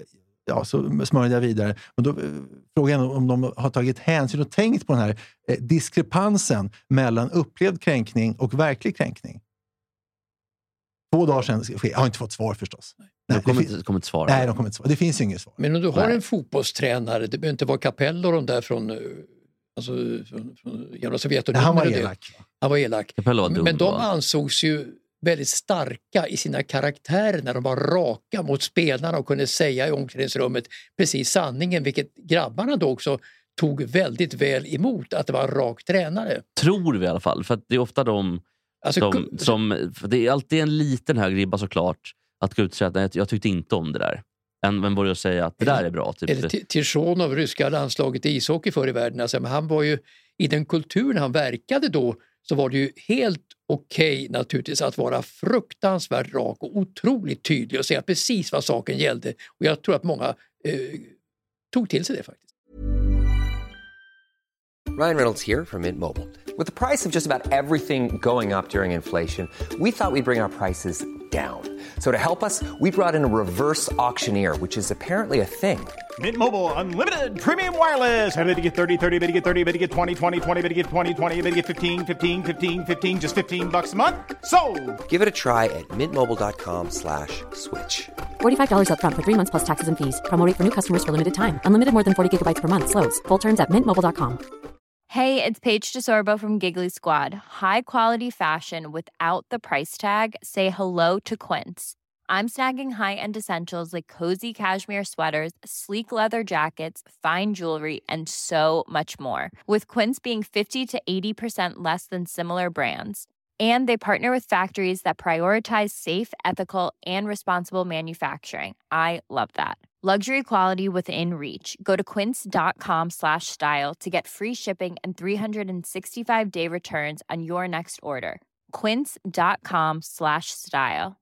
ja, så smörjde jag vidare. Men då eh, frågan jag om de har tagit hänsyn och tänkt på den här eh, diskrepansen mellan upplevd kränkning och verklig kränkning. Två dagar sedan, jag har inte fått svar förstås. Nej, de kommer det fin- inte, kommer inte svara. Nej, de kommer inte svara. Det finns ju inget svar. Men om du har Nej. en fotbollstränare, det behöver inte vara Capello de där från, eh, alltså, från, från gamla Sovjetunionen. Nej, han var eller det. elak. Han var elak. Capello var dum, Men de va? ansågs ju väldigt starka i sina karaktärer när de var raka mot spelarna och kunde säga i omklädningsrummet precis sanningen, vilket grabbarna då också tog väldigt väl emot, att det var en rak tränare. Tror vi i alla fall. För att det är ofta de Alltså, som... ku- som för det är alltid en liten hög ribba såklart att gå ut och säga att nej, jag tyckte inte om det där. Än än börja säga att det där är bra. Typ. Eller T- Tirshonov, ryska landslaget i ishockey förr i världen. Alltså, men han var ju, i den kulturen han verkade då, så var det ju helt okej naturligtvis att vara fruktansvärt rak och otroligt tydlig och säga precis vad saken gällde. Och jag tror att många eh, tog till sig det faktiskt. Ryan Reynolds here from Mint Mobile. With the price of just about everything going up during inflation, we thought we'd bring our prices down. So to help us, we brought in a reverse auctioneer, which is apparently a thing. Mint Mobile Unlimited Premium Wireless. How to get thirty, thirty, how to get thirty, how to get twenty, twenty, twenty, how to get twenty, twenty, how to get fifteen, fifteen, fifteen, fifteen, just fifteen bucks a month? Sold! Give it a try at mintmobile.com slash switch. forty-five dollars up front for three months plus taxes and fees. Promo rate for new customers for limited time. Unlimited more than forty gigabytes per month. Slows full terms at mint mobile dot com. Hey, it's Paige DeSorbo from Giggly Squad. High quality fashion without the price tag. Say hello to Quince. I'm snagging high-end essentials like cozy cashmere sweaters, sleek leather jackets, fine jewelry, and so much more. With Quince being fifty to eighty percent less than similar brands. And they partner with factories that prioritize safe, ethical, and responsible manufacturing. I love that. Luxury quality within reach. Go to quince.com slash style to get free shipping and three sixty-five day returns on your next order. Quince.com slash style.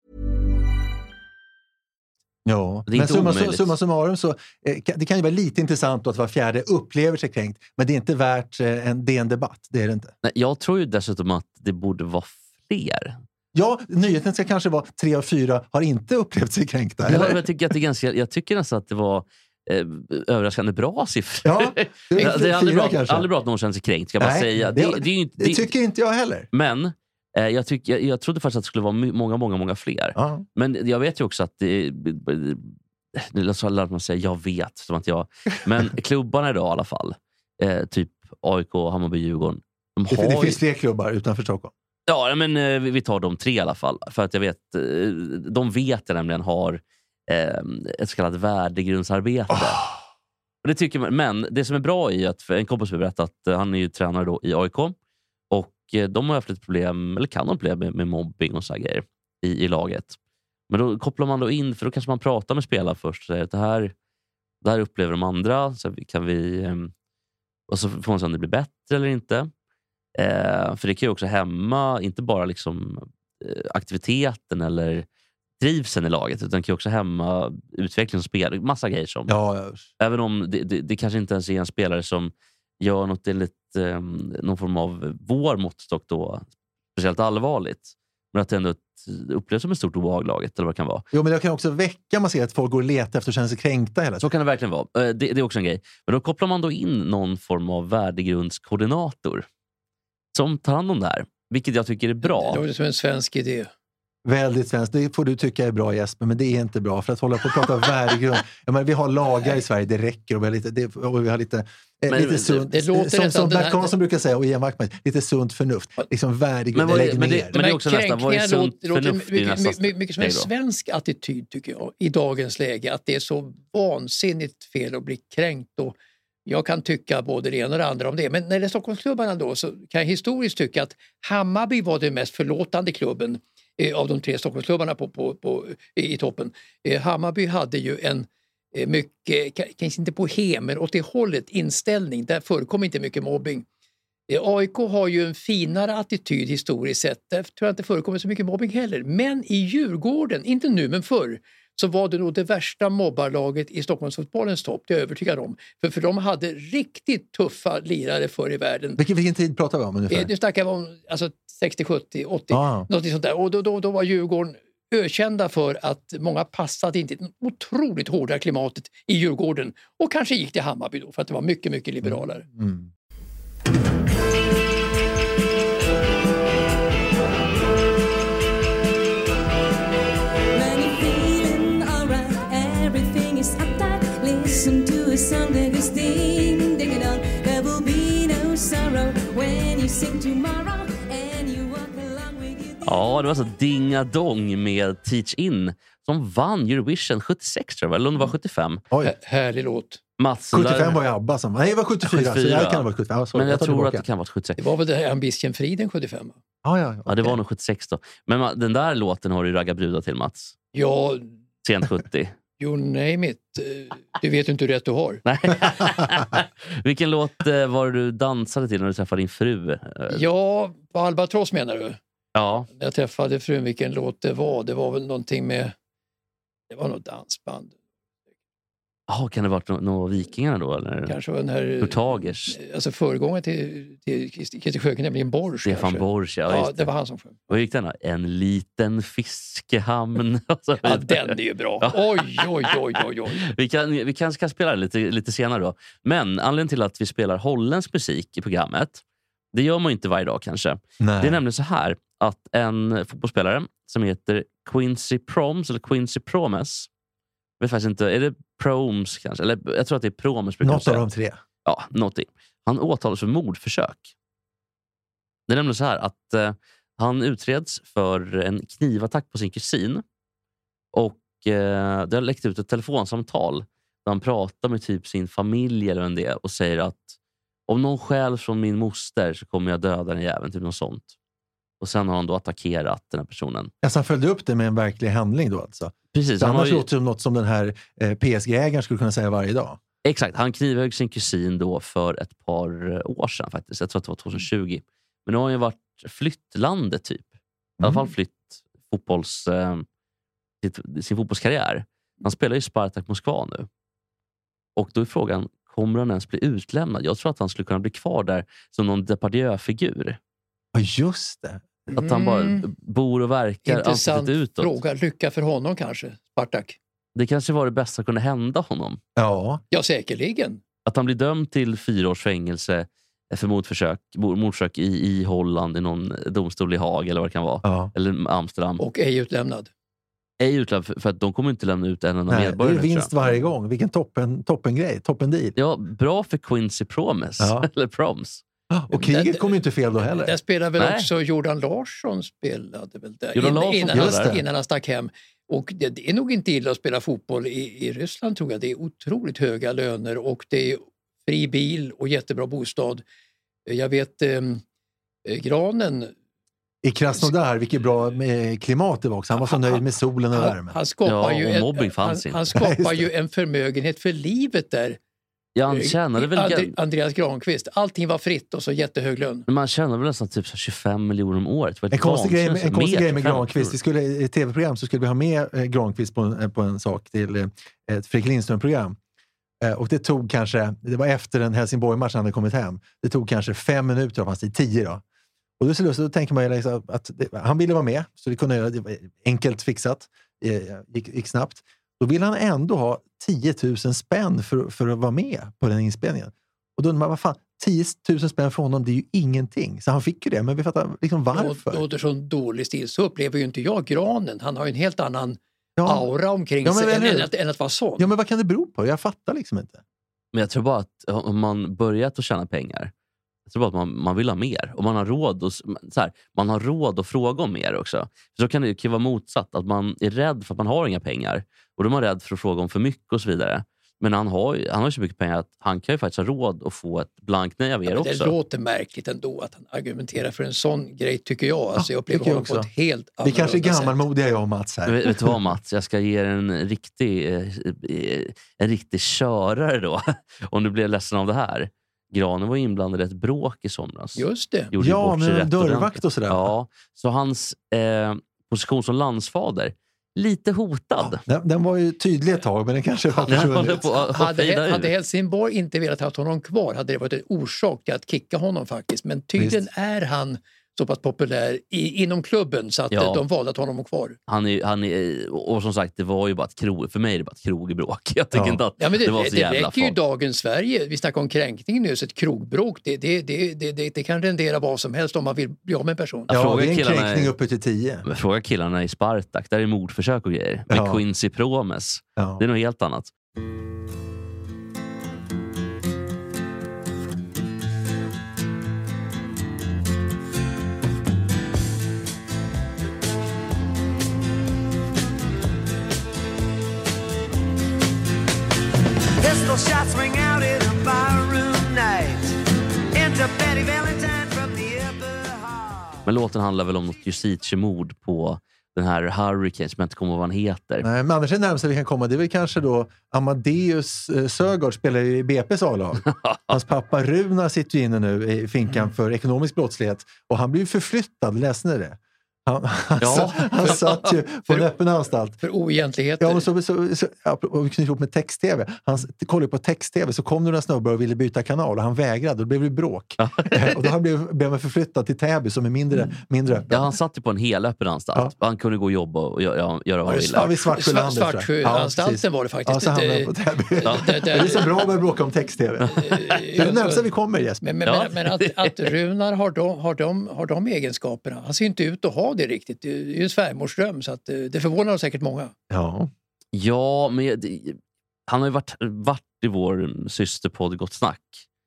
Ja, Det är men inte summa, omöjligt. summa summarum så eh, det kan ju vara lite intressant då att var fjärde upplever sig kränkt, men det är inte värt eh, en D N-debatt, det är det inte. Nej, jag tror ju dessutom att det borde vara fler. Ja, nyheten ska kanske vara tre av fyra har inte upplevt sig kränkta. Ja, Eller? jag, tycker att det är ganska, jag tycker nästan att det var eh, överraskande bra siffror. Ja, det det, är det är aldrig fyra bra, kanske. aldrig bra att någon känner sig kränkt, ska jag bara Nej, säga. det, Det, det är ju inte, det tycker inte jag heller. Men eh, jag, tycker, jag, jag trodde faktiskt att det skulle vara my- många, många, många fler. Ja. Men jag vet ju också att det... Nu lär man säga jag vet, som att jag... Men klubbarna idag i alla fall, eh, typ A I K, Hammarby, Djurgården. De Det, har det ju- finns fler klubbar utanför Stockholm. Ja, men eh, vi vi tar de tre i alla fall. För att jag vet, eh, de vet jag nämligen har eh, ett så kallat värdegrundsarbete. Och det tycker man, men det som är bra är att, för en kompis har berättat att eh, han är ju tränare då i A I K. Och eh, de har haft ett problem, eller kan ha problem med, med mobbing och så här grejer i, i laget. Men då kopplar man då in, för då kanske man pratar med spelare först och säger att det här, det här upplever de andra. Så kan vi, eh, och så får man se om det blir bättre eller inte. Eh, för det kan ju också hämma, inte bara liksom eh, aktiviteten eller trivseln i laget, utan det kan ju också hämma utveckling som spelare. Massa grejer som. Ja, Även om det, det, det kanske inte ens är en spelare som gör något enligt eh, någon form av vår måttstock då, speciellt allvarligt. Men att det ändå upplevs som ett stort obehag i laget, eller vad det kan vara. jo, men det kan också väcka, man ser att folk går och letar efter och känner sig kränkta hela Så tiden. kan det verkligen vara. Eh, Det, det är också en grej. Men då kopplar man då in någon form av värdegrundskoordinator som tar hand om det här. Vilket jag tycker är bra. Det var som en svensk idé. Väldigt svenskt. Det får du tycka är bra, Jesper, men det är inte bra. För att hålla på och prata värdegrund. Jag menar, vi har lagar i Sverige, det räcker. Och vi har lite, det, och vi har lite, eh, Men- lite sunt, det låter som, nästan som den Bert här- Karlsson brukar säga, och Ian Wachtmeister, lite sunt förnuft. Liksom värdegrund, Men vad är- lägg men det- ner. men det är också nästa, vad är kränkningar sunt låter- låter förnuft? Det är mycket, nästa mycket, mycket som en steg då. svensk attityd tycker jag i dagens läge. Att det är så vansinnigt fel att bli kränkt. Och jag kan tycka både det ena och det andra om det. Men när det är Stockholmsklubbarna då, så kan jag historiskt tycka att Hammarby var den mest förlåtande klubben eh, av de tre Stockholmsklubbarna på, på, på, i toppen. Eh, Hammarby hade ju en eh, mycket, k- kanske inte bohem, men åt det hållet inställning. Där förekom inte mycket mobbing. Eh, A I K har ju en finare attityd historiskt sett. Där tror jag inte förekommer så mycket mobbing heller. Men i Djurgården, inte nu men förr, så var det nog det värsta mobbarlaget i Stockholmsfotbollens topp, det är jag övertygad om. För, för de hade riktigt tuffa lirare förr i världen. Vilken, vilken tid pratar vi om ungefär? Eh, Nu snackar vi om alltså, sextio, sjuttio, åttio, Ah. något sånt där. Och då, då, då var Djurgården ökända för att många passade inte det otroligt hårda klimatet i Djurgården och kanske gick till Hammarby då för att det var mycket, mycket liberalare. Mm. Listen to a song that goes ding, ding, dong. There will be no sorrow when you sing tomorrow and you walk along with you. Ja, det var så Dinga Dong med Teach In som vann Eurovision sjuttiosex tror jag, eller om det var sjuttiofem. Oj. H- härlig låt. Mats, sjuttiofem där... var ju ABBA som... Nej, det var sjuttiofyra. sjuttiofyra. Så jag kan ha varit sjuttiofem. Ah, sorry, men jag, jag tror tillbaka. att det kan ha varit sjuttiosex. Det var väl det här Ambition Friden sjuttiofem? Ah, ja, okay. Ja, det var nog sjuttiosex då. Men ma- den där låten har du ragga brudar till, Mats. Ja, Sent sjuttio. you name it. Eh, Du vet inte hur rätt du har. Nej. Vilken låt eh, var det du dansade till när du träffade din fru? Eh, Ja, på Albatross menar du? Ja, När jag träffade frun, vilken låt det var. Det var väl någonting med... Det var något dansband. oh, kan det ha varit några no- vikingarna då? Eller? Kanske var den här... Hurtagers. Alltså föregångaren till, till Christer Sjögren, nämligen Borsch. Stefan kanske. Borsch, ja, Ja, just det det. var han som sjöng. Vad gick den då? En liten fiskehamn. Och så Ja, vidare. den är ju bra. Ja. Oj, oj, oj, oj, oj. Vi, kan, vi kanske ska spela lite, lite senare då. Men anledningen till att vi spelar holländsk musik i programmet, det gör man ju inte varje dag kanske. Nej. Det är nämligen så här att en fotbollsspelare som heter Quincy Promes eller Quincy Promes, jag vet faktiskt inte, är det Promes kanske? Eller jag tror att det är Promes. brukar Något jag av säga. de tre. Ja, någonting. Han åtalas för mordförsök. Det är nämligen så här att eh, han utreds för en knivattack på sin kusin. Och eh, det har läckt ut ett telefonsamtal där han pratar med typ sin familj eller en det och säger att om någon stjäl från min moster så kommer jag döda den jäveln, typ något sånt. Och sen har han då attackerat den här personen. Alltså han följde upp det med en verklig handling då alltså. Precis. Så Han har annars ju, låter det som något som den här eh, P S G-ägaren skulle kunna säga varje dag. exakt, han knivhögg sin kusin då för ett par år sedan faktiskt. Jag tror att det var tjugohundratjugo. Men nu har han ju varit flyttlandet typ. I alla fall flytt fotbolls, eh, sitt, sin fotbollskarriär. Han spelar ju Spartak Moskva nu. Och då är frågan, kommer han ens bli utlämnad? Jag tror att han skulle kunna bli kvar där som någon Depardieu-figur. Ja, just det. Att han bara Mm. bor och verkar Intressant ansiktet utåt. fråga. Lycka för honom kanske, Spartak. Det kanske var det bästa som kunde hända honom. Ja. Ja, säkerligen. Att han blir dömd till fyra års fängelse för mordförsök, mordförsök i, i Holland, i någon domstol i Haag eller vad det kan vara. Ja. Eller Amsterdam. Och ej utlämnad. Ej utlämnad för, för att de kommer inte lämna ut en enda Nej, det medborgare. är tror jag. vinst varje gång. Vilken toppen, toppen grej. Toppen deal. Ja, bra för Quincy Promes. Ja. Eller Proms. Och kriget Där- kom ju inte fel då heller. Där spelar väl Nej. också Jordan Larsson spelade väl där Jordan in- Larsson innan, spelade han, där. innan han stack hem. Och det, det är nog inte illa att spela fotboll i, i Ryssland tror jag. Det är otroligt höga löner och det är fri bil och jättebra bostad. Jag vet eh, Granen, I Krasnodar, vilket bra med klimat det var också. Han var så nöjd med solen och han, värmen. han skapar, Ja, ju, och en, mobbing han, fanns inte. han Nej, skapar just ju det. en förmögenhet för livet där. Ja, han tjänade väl... Andre, Andreas Granqvist. Allting var fritt och så jättehög lön. Men man tjänar väl nästan typ så tjugofem miljoner om året. Det var En ett konstig grej med, vansinnigt en konstig mer grej med för Granqvist. Vi skulle, I ett tv-program så skulle vi ha med eh, Granqvist på en, på en sak till eh, ett Fredrik Lindström-program. Eh, och det tog kanske, det var efter en Helsingborg-match han hade kommit hem. Det tog kanske fem minuter av hans tid, tio då. Och då, är det så lustigt, då tänker man ju liksom att det, han ville vara med, så det kunde göra, det var enkelt fixat, eh, gick, gick snabbt. Då vill han ändå ha tio tusen spänn för, för att vara med på den inspelningen. Och då undrar man, vad fan, tio tusen spänn för honom, det är ju ingenting. Så han fick ju det, men vi fattar liksom varför. Det låter som dålig stil. Så upplever ju inte jag Granen. Han har ju en helt annan Ja. aura omkring Ja, men sig eller än, hur? än, att, än att vara sån. Ja, men vad kan det bero på? Jag fattar liksom inte. Men jag tror bara att om man börjat att tjäna pengar, jag tror bara att man, man vill ha mer. Och man har råd och, så här, man har råd att fråga om mer också. Så kan det kan vara motsatt, att man är rädd för att man har inga pengar. Och då är man rädd för att fråga om för mycket och så vidare. Men han har ju han har ju så mycket pengar att han kan ju faktiskt ha råd att få ett blankt nej av er Ja, men det också. låter märkligt ändå att han argumenterar för en sån grej, tycker jag. Alltså, jag upplever tycker jag honom på också. ett helt Vi kanske är annorlunda sätt. gammalmodiga, jag och Mats här. Vet, vet du vad, Mats? Jag ska ge er en riktig, eh, en riktig körare då. Om du blir ledsen av det här. Granen var inblandad i ett bråk i somras. Just det. Gjorde Ja, bort sig med rätt dörrvakt ordentligt. och sådär. Ja, så hans eh, position som landsfader, lite hotad. Den, den var ju tydlig ett tag, men den kanske har Den håller försvunnit. på att Hade, fejda hade ut. Helsingborg inte velat ha honom kvar hade det varit en orsak till att kicka honom faktiskt. Men tydligen Visst. är han så pass populär i, inom klubben så att Ja. de valde att ha honom kvar. Han är, han är, och som sagt, det var ju bara ett krog, för mig är det bara ett krogbråk. Jag tycker Ja. inte att Ja, men det, det var det, så det jävla räcker ju i farligt. dagens Sverige. Vi snackar om kränkning nu, så ett krogbråk det, det, det, det, det, det kan rendera vad som helst om man vill bli av med en person. Jag Ja, frågar det är en killarna- kränkning uppe till tio. Men fråga killarna i Spartak, där är mordförsök och grejer. Med Ja. Quincy Promes. Ja. Det är något helt annat. Pistol shots ring out in a barroom night. Enter Betty Valentine from the upper hall. Men låten handlar väl om något justitiemord på den här Hurricane, som jag inte kommer ihåg vad han heter. Nej, men annars är det närmast vi kan komma. Det är väl kanske då Amadeus eh, Sögaard spelar ju i B P:s A-lag. Hans pappa Runa sitter ju inne nu i finkan för ekonomisk brottslighet. Och han blir ju förflyttad, läste ni det? Han, han, Ja. satt, han satt ju på en öppen anstalt. För oegentligheter. Ja, och så, så, så, ja, och vi knyter ihop med text-tv. Han kollade på text-tv, så kom några snubbar och ville byta kanal och han vägrade, och då blev det bråk. Och då blev, blev man förflyttad till Täby som är mindre, mindre öppen. Ja, han satt ju på en hel öppen anstalt. Han kunde gå och jobba och göra, göra vad han ville. Ja, vid Svartsjölandet. Svart- Svartsjöanstalten precis. var det faktiskt. Ja, så hamnade Det- jag på Täby. Ja. Det, det är så bra att bråka om text-tv. Det är det närmsta vi kommer, Jesper. Men, men, Ja. men, men att, att Runar har de, har, de, har de egenskaperna. Han ser inte ut att ha det riktigt. Det är ju en svärmorsdröm, så att, eh, det förvånar säkert många. Ja. Ja, men jag- det, han har ju varit, varit i vår systerpodd Gott Snack.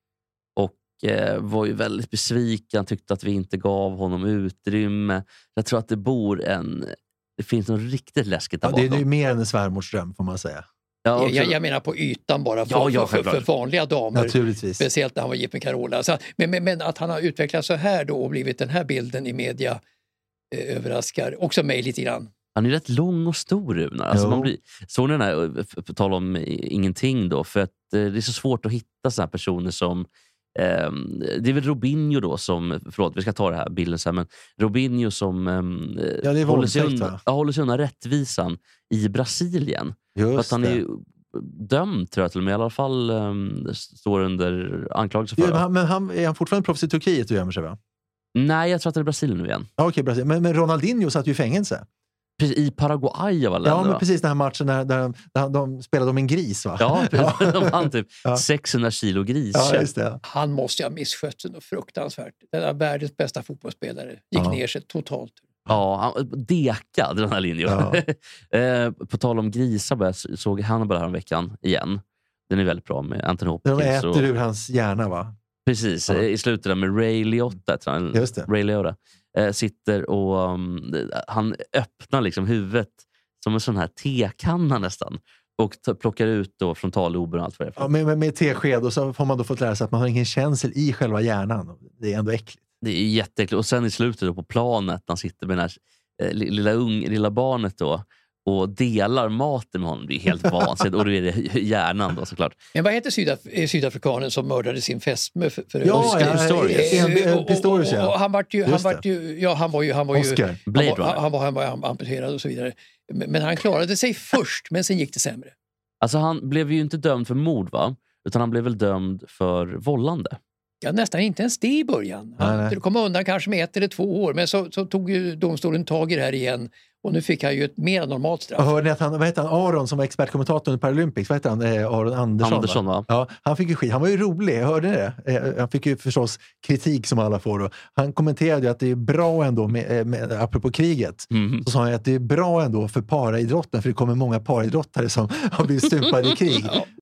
Och eh, var ju väldigt besviken. Tyckte att vi inte gav honom utrymme. Jag tror att det bor en... Det finns något riktigt läskigt där Ja, det är bakom. ju mer än en svärmorsdröm, får man säga. Ja, också- Jag, jag menar på ytan bara för, Ja, ja, för, för, för självklart. vanliga damer. Naturligtvis. Speciellt när han var gift med Carola. Så, men, men, men att han har utvecklats så här då och blivit den här bilden i media eh, överraskar också mig lite grann. Han är rätt lång och stor, Runar. Alltså Jo. man blir, såg ni den här, på tal om ingenting då, för att eh, det är så svårt att hitta såna här personer som ehm, det är väl Robinho då som, förlåt vi ska ta det här bilden sen, men Robinho som ehm, Ja, det är håller, sig våldtäkt, undan, va? ja, håller sig undan rättvisan i Brasilien. För Just att han det. är ju dömd, tror jag till och med, i alla fall um, står under anklagelse för Ja, det. men han, men han, är han fortfarande proffs i Turkiet och gömmer sig, va? Nej, jag tror att det är Brasilien nu igen. Ja, okej, Brasilien. Men, men Ronaldinho satt ju i fängelse. Precis, i Paraguay var Ja, det, men va? precis den här matchen där, där, där de spelade om en gris, va? Ja, precis. De vann typ Ja. sexhundra kilo gris. Ja, just det. Han måste ju ha misskött sig något fruktansvärt. Den är världens bästa fotbollsspelare. Gick Ja. ner sig totalt. Ja, han dekad den här linjen. Ja. eh, på tal om grisar, bara, jag såg Hannibal här om veckan igen. Den är väldigt bra med Anthony Hopkins. De äter och, ur hans hjärna, va? precis, Ja. eh, i slutet där med Ray Liotta, tror jag, Just det. Ray Liotta, eh, sitter och um, han öppnar liksom huvudet som en sån här tekanna nästan. Och t- plockar ut då frontalloben och allt vad det är för. Ja, med, med, med tesked, och så får man då fått lära sig att man har ingen känsel i själva hjärnan. Det är ändå äckligt. Det är jätteäckligt. Och sen i slutet då på planet, han sitter med den här eh, lilla, ung, lilla barnet då och delar maten med honom. Det är helt vansinnigt. Och då är det hjärnan då, såklart. Men vad heter Sydaf- sydafrikanen som mördade sin fästmö för, för Ja, Oscar? ja, Pistorius. en- en- Eh, och- och- Pistorius, ja. och han var ju, han Just var det. ju, ja, han var ju, han var ju, Oscar. Blade han var, Runner. han var, han var am- amputerad och så vidare. Men, men han klarade sig först, men sen gick det sämre. Alltså han blev ju inte dömd för mord, va? Utan han blev väl dömd för vållande. Ja, nästan inte ens det i början. Han Nej, nej. kom undan kanske med ett eller två år, men så, så tog ju domstolen tag i det här igen och nu fick han ju ett mer normalt straff. Och hörde ni att han, vad heter han, Aron som var expertkommentator under Paralympics, vad heter han, eh, Aron Andersson, Andersson, va? Ja, han fick ju skit, han var ju rolig, hörde ni det? Eh, han fick ju förstås kritik som alla får, och han kommenterade ju att det är bra ändå, med, eh, med, apropå kriget, Mhm. så sa han ju att det är bra ändå för paraidrotten, för det kommer många paraidrottare som har blivit stupade i krig.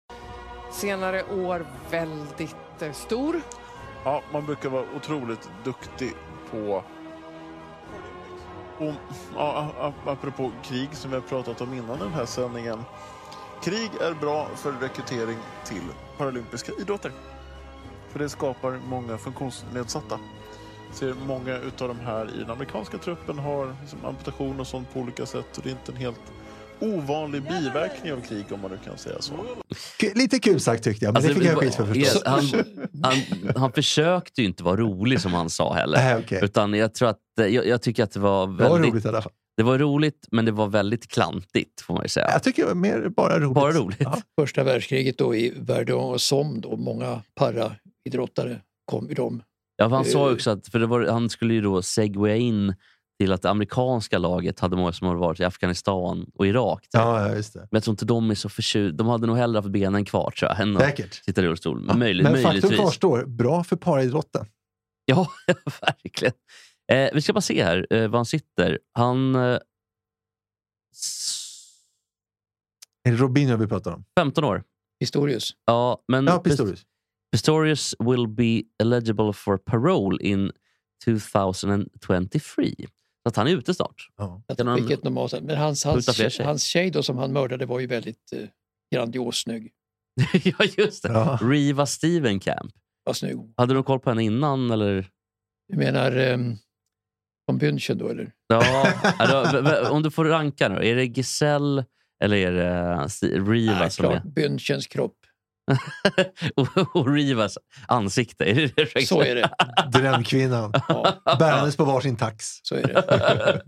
Senare år väldigt eh, stor. Ja, man brukar vara otroligt duktig på... Och, ja, a- apropå krig som vi har pratat om innan den här sändningen. Krig är bra för rekrytering till paralympiska idrotter. För det skapar många funktionsnedsatta. Ser många utav de här i den amerikanska truppen har liksom amputation och sånt på olika sätt. Och det är inte en helt ovanlig biverkning av krig, om man nu kan säga så. K- Lite kul sagt tyckte jag, men Alltså, det fick jag var- skit för förstås. yes, han, han, han försökte ju inte vara rolig som han sa heller. Nej, okej. Utan jag tror att jag, jag tycker att det var Det var väldigt roligt i alla fall. det var roligt, men det var väldigt klantigt, får man ju säga. Jag tycker det var mer bara roligt. Bara roligt. Ja. Första världskriget då i Verdun och Somme då många paraidrottare kom i dem. Ja, för han sa också att för det var, han skulle ju då segwaya in till att det amerikanska laget hade många som har varit i Afghanistan och Irak. Typ. Ja, just det. Men jag tror inte de är så förtjust. De hade nog hellre haft benen kvar, tror jag. Än Säkert. Sitta i rullstol. Ja. Möjligt, Men möjligtvis. faktum kvarstår, bra för paridrotten. Ja, verkligen. Eh, vi ska bara se här eh, var han sitter. Han... Eh, Är det Robinho vi pratar om? femton år. Pistorius. Ja, men Ja, Pistorius. Pistorius will be eligible for parole in tjugo tjugotretre. Så att han är ute snart. Ja. Kan han- Vilket normalt. Men hans, Skjuta hans, fler tjejer. hans tjej då, som han mördade var ju väldigt eh, grandios snygg. Ja, just det. Ja. Riva Stevenkamp. Vad snygg. Hade du koll på henne innan, eller? Du menar um, om München då, eller? Ja, alltså, v- v- om du får ranka nu. Är det Giselle eller är det Sti- Riva Nej, som klart, är? Münchens kropp. och, och Rivas ansikte. Är det det? Så är det. Drömkvinnan. Ja, Bärandes på varsin tax. så är det.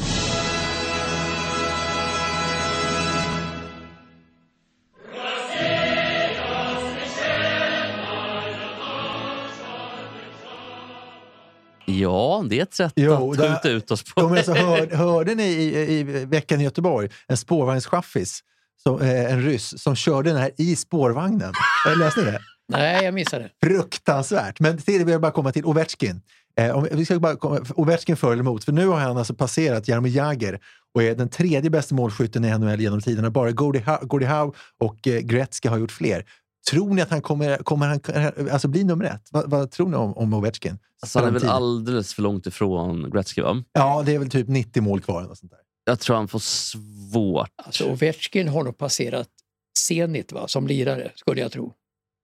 Ja, det är ett sätt Jo, att det- skjuta ut oss på. Ja, men alltså, hör, hörde ni i, i veckan i Göteborg en spårvagnschaffis, som, eh, en ryss, som körde den här i spårvagnen? Eh, Läste ni det? Nej, jag missade. Fruktansvärt. Men till det vill jag bara komma till Ovechkin. Eh, om, vi ska bara komma, Ovechkin för eller emot. För nu har han alltså passerat Jaromir Jagr och är den tredje bästa målskytten i N H L genom tiderna. Bara Gordie Howe, Gordie Howe och eh, Gretzky har gjort fler. Tror ni att han kommer, kommer han, alltså bli nummer ett? Vad, vad tror ni om, om Ovechkin? Alltså, han är väl Framtid? alldeles för långt ifrån Gretzky, va? Ja, det är väl typ nittio mål kvar. Och sånt där. Jag tror han får svårt. Alltså, Ovechkin har nog passerat Zenit, va, som lirare, skulle jag tro.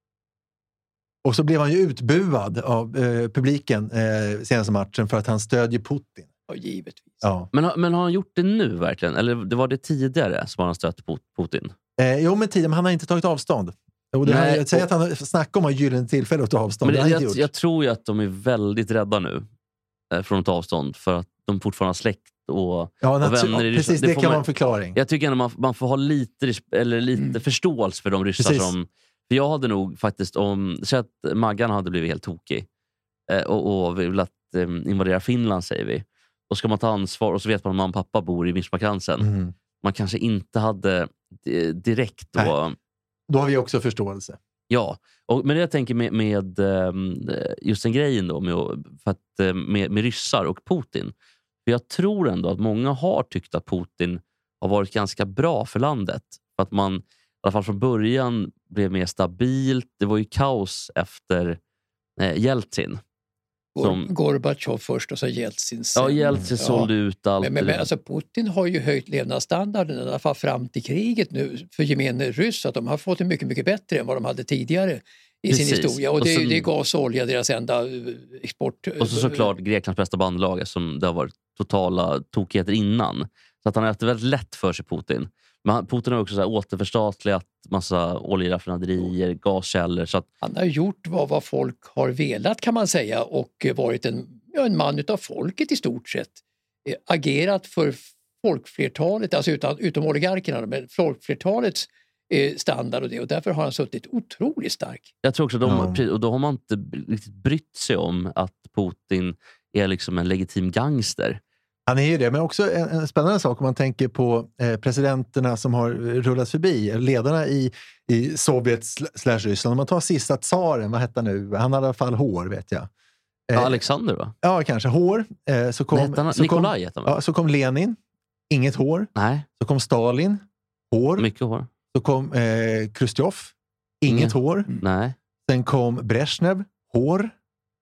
Och så blev han ju utbuad av eh, publiken eh, senaste matchen för att han stödjer Putin. Ja, givetvis. Ja. Men, har- men har han gjort det nu verkligen? Eller det var det tidigare som han stött Put- Putin? Eh, jo, men tiden, men han har inte tagit avstånd. Och det Nej, här, jag säger och- att han snackar om att ha gyllene tillfälle att ta avstånd. Men det har det, han jag, inte gjort. jag tror ju att de är väldigt rädda nu eh, från att ta avstånd. För att de fortfarande har släkt och, Ja, och natu- vänner i Ryssland. precis, det får kan man- vara en förklaring. Jag tycker ändå man, man får ha lite, res- eller lite Mm. förståelse för de ryssar Precis. som... För jag hade nog faktiskt, om så att Maggan hade blivit helt tokig eh, och, och velat eh, invadera Finland, säger vi. Då ska man ta ansvar, och så vet man att mamma och pappa bor i Mischmakransen. Mm. Man kanske inte hade eh, direkt då... Nej. Då har vi också förståelse. Ja, och, men det jag tänker med, med ehm, just den grejen då med, att- för att, eh, med, med ryssar och Putin. För jag tror ändå att många har tyckt att Putin har varit ganska bra för landet. För att man i alla fall från början blev mer stabilt. Det var ju kaos efter eh, Jeltsin. Gor- Som- Gorbatjov först och så Jeltsin sen. Ja, Jeltsin Ja. sålde ut allt. Men, men, men alltså, Putin har ju höjt levnadsstandarden i alla fall fram till kriget nu för gemene ryss. Att de har fått det mycket, mycket bättre än vad de hade tidigare i sin Precis. historia. Och, Och det, sen- det är gas och olja, deras enda eh, export. Och så såklart Greklands bästa bandlag som det har varit totala tokigheter innan. Så att han har haft det väldigt lätt för sig, Putin. Men han- Putin har också så här återförstatligat massa oljeraffinaderier, gaskällor. Så att, Han har gjort vad, vad folk har velat, kan man säga, och varit en, ja, en man utav folket i stort sett. Eh, agerat för folkflertalet, alltså utan, utom oligarkerna, men folkflertalets eh, standard och det. Och därför har han suttit otroligt stark. jag tror också de, Ja. pre- och då har man inte riktigt brytt sig om att Putin är liksom en legitim gangster. Han är ju det, men också en, en spännande sak om man tänker på eh, presidenterna som har rullat förbi, ledarna i, i Sovjet sl- slash Ryssland. Om man tar sista tsaren, vad hette han nu? Han hade i alla fall hår, vet jag. Ja, Alexander, va? Ja, kanske. Hår. Eh, så kom, Nej, hette han- så kom, Nikolaj hette han, va? ja, så kom Lenin. Inget hår. Nej, Så kom Stalin. Hår. mycket hår. Så kom eh, Khrushchev. Inget Inget. hår. Nej. Sen kom Brezhnev. Hår.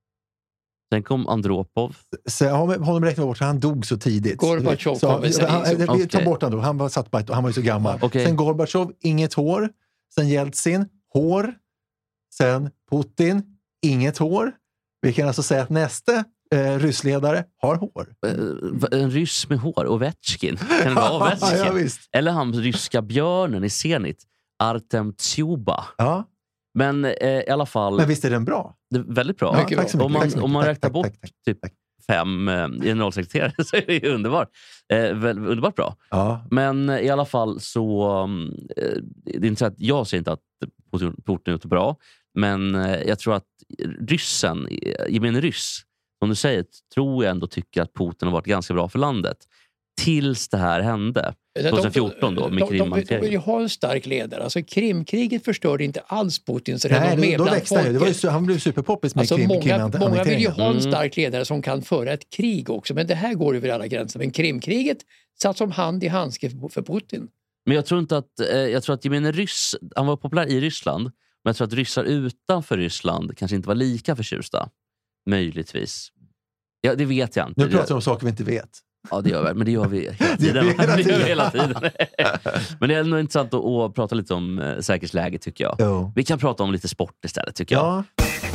Sen kom Andropov. Så ja, men honom räknar vi bort, så han dog så tidigt. Gorbatjov så, kom väl sen han, in, så- Vi tar Okej. bort honom då. Han var satt på ett, han var ju så gammal. Okej. Sen Gorbatjov, inget hår. Sen Jeltsin, hår. Sen Putin, inget hår. Vi kan alltså säga att nästa eh, ryssledare har hår. Eh, En ryss med hår. Ovechkin. Kan det vara Ovechkin? Ja, visst. Eller han ryska björnen i Zenit. Artem Tsuba. Ja, Men eh, i alla fall, men visst är den bra? det är väldigt bra. Ja, Mycket tack så mycket. Om man, tack så mycket. om man Tack, räknar tack, bort tack, tack, typ tack. fem eh, generalsekreterare så är det ju underbart. Eh, väl, underbart bra. Ja. Men eh, i alla fall så... mm, Eh, det är inte så att jag säger inte att Putin Putin är ute bra. Men eh, jag tror att ryssen, gemene ryss, som du säger, tror jag ändå tycker att Putin har varit ganska bra för landet. Tills det här hände. tjugohundrafjorton då, med de, de, de, de vill ju ha en stark ledare. Alltså Krimkriget förstörde inte alls Putins renommé bland folket. Det var ju, han blev superpoppis med alltså Krim, många, Krim, många vill ju ha en Mm. stark ledare som kan föra ett krig också. Men det här går över alla gränser. Men Krimkriget satt som hand i handske för Putin. Men jag tror inte att, eh, jag tror att gemene ryss, han var populär i Ryssland, men jag tror att ryssar utanför Ryssland kanske inte var lika förtjusta. Möjligtvis. Ja, det vet jag inte. Nu pratar vi om saker vi inte vet. Ja, det gör vi. Men det gör vi hela tiden. hela tiden. hela tiden. Men det är nog intressant att, att prata lite om eh, säkerhetsläget, tycker jag. Jo. Vi kan prata om lite sport istället, tycker jag. Ja.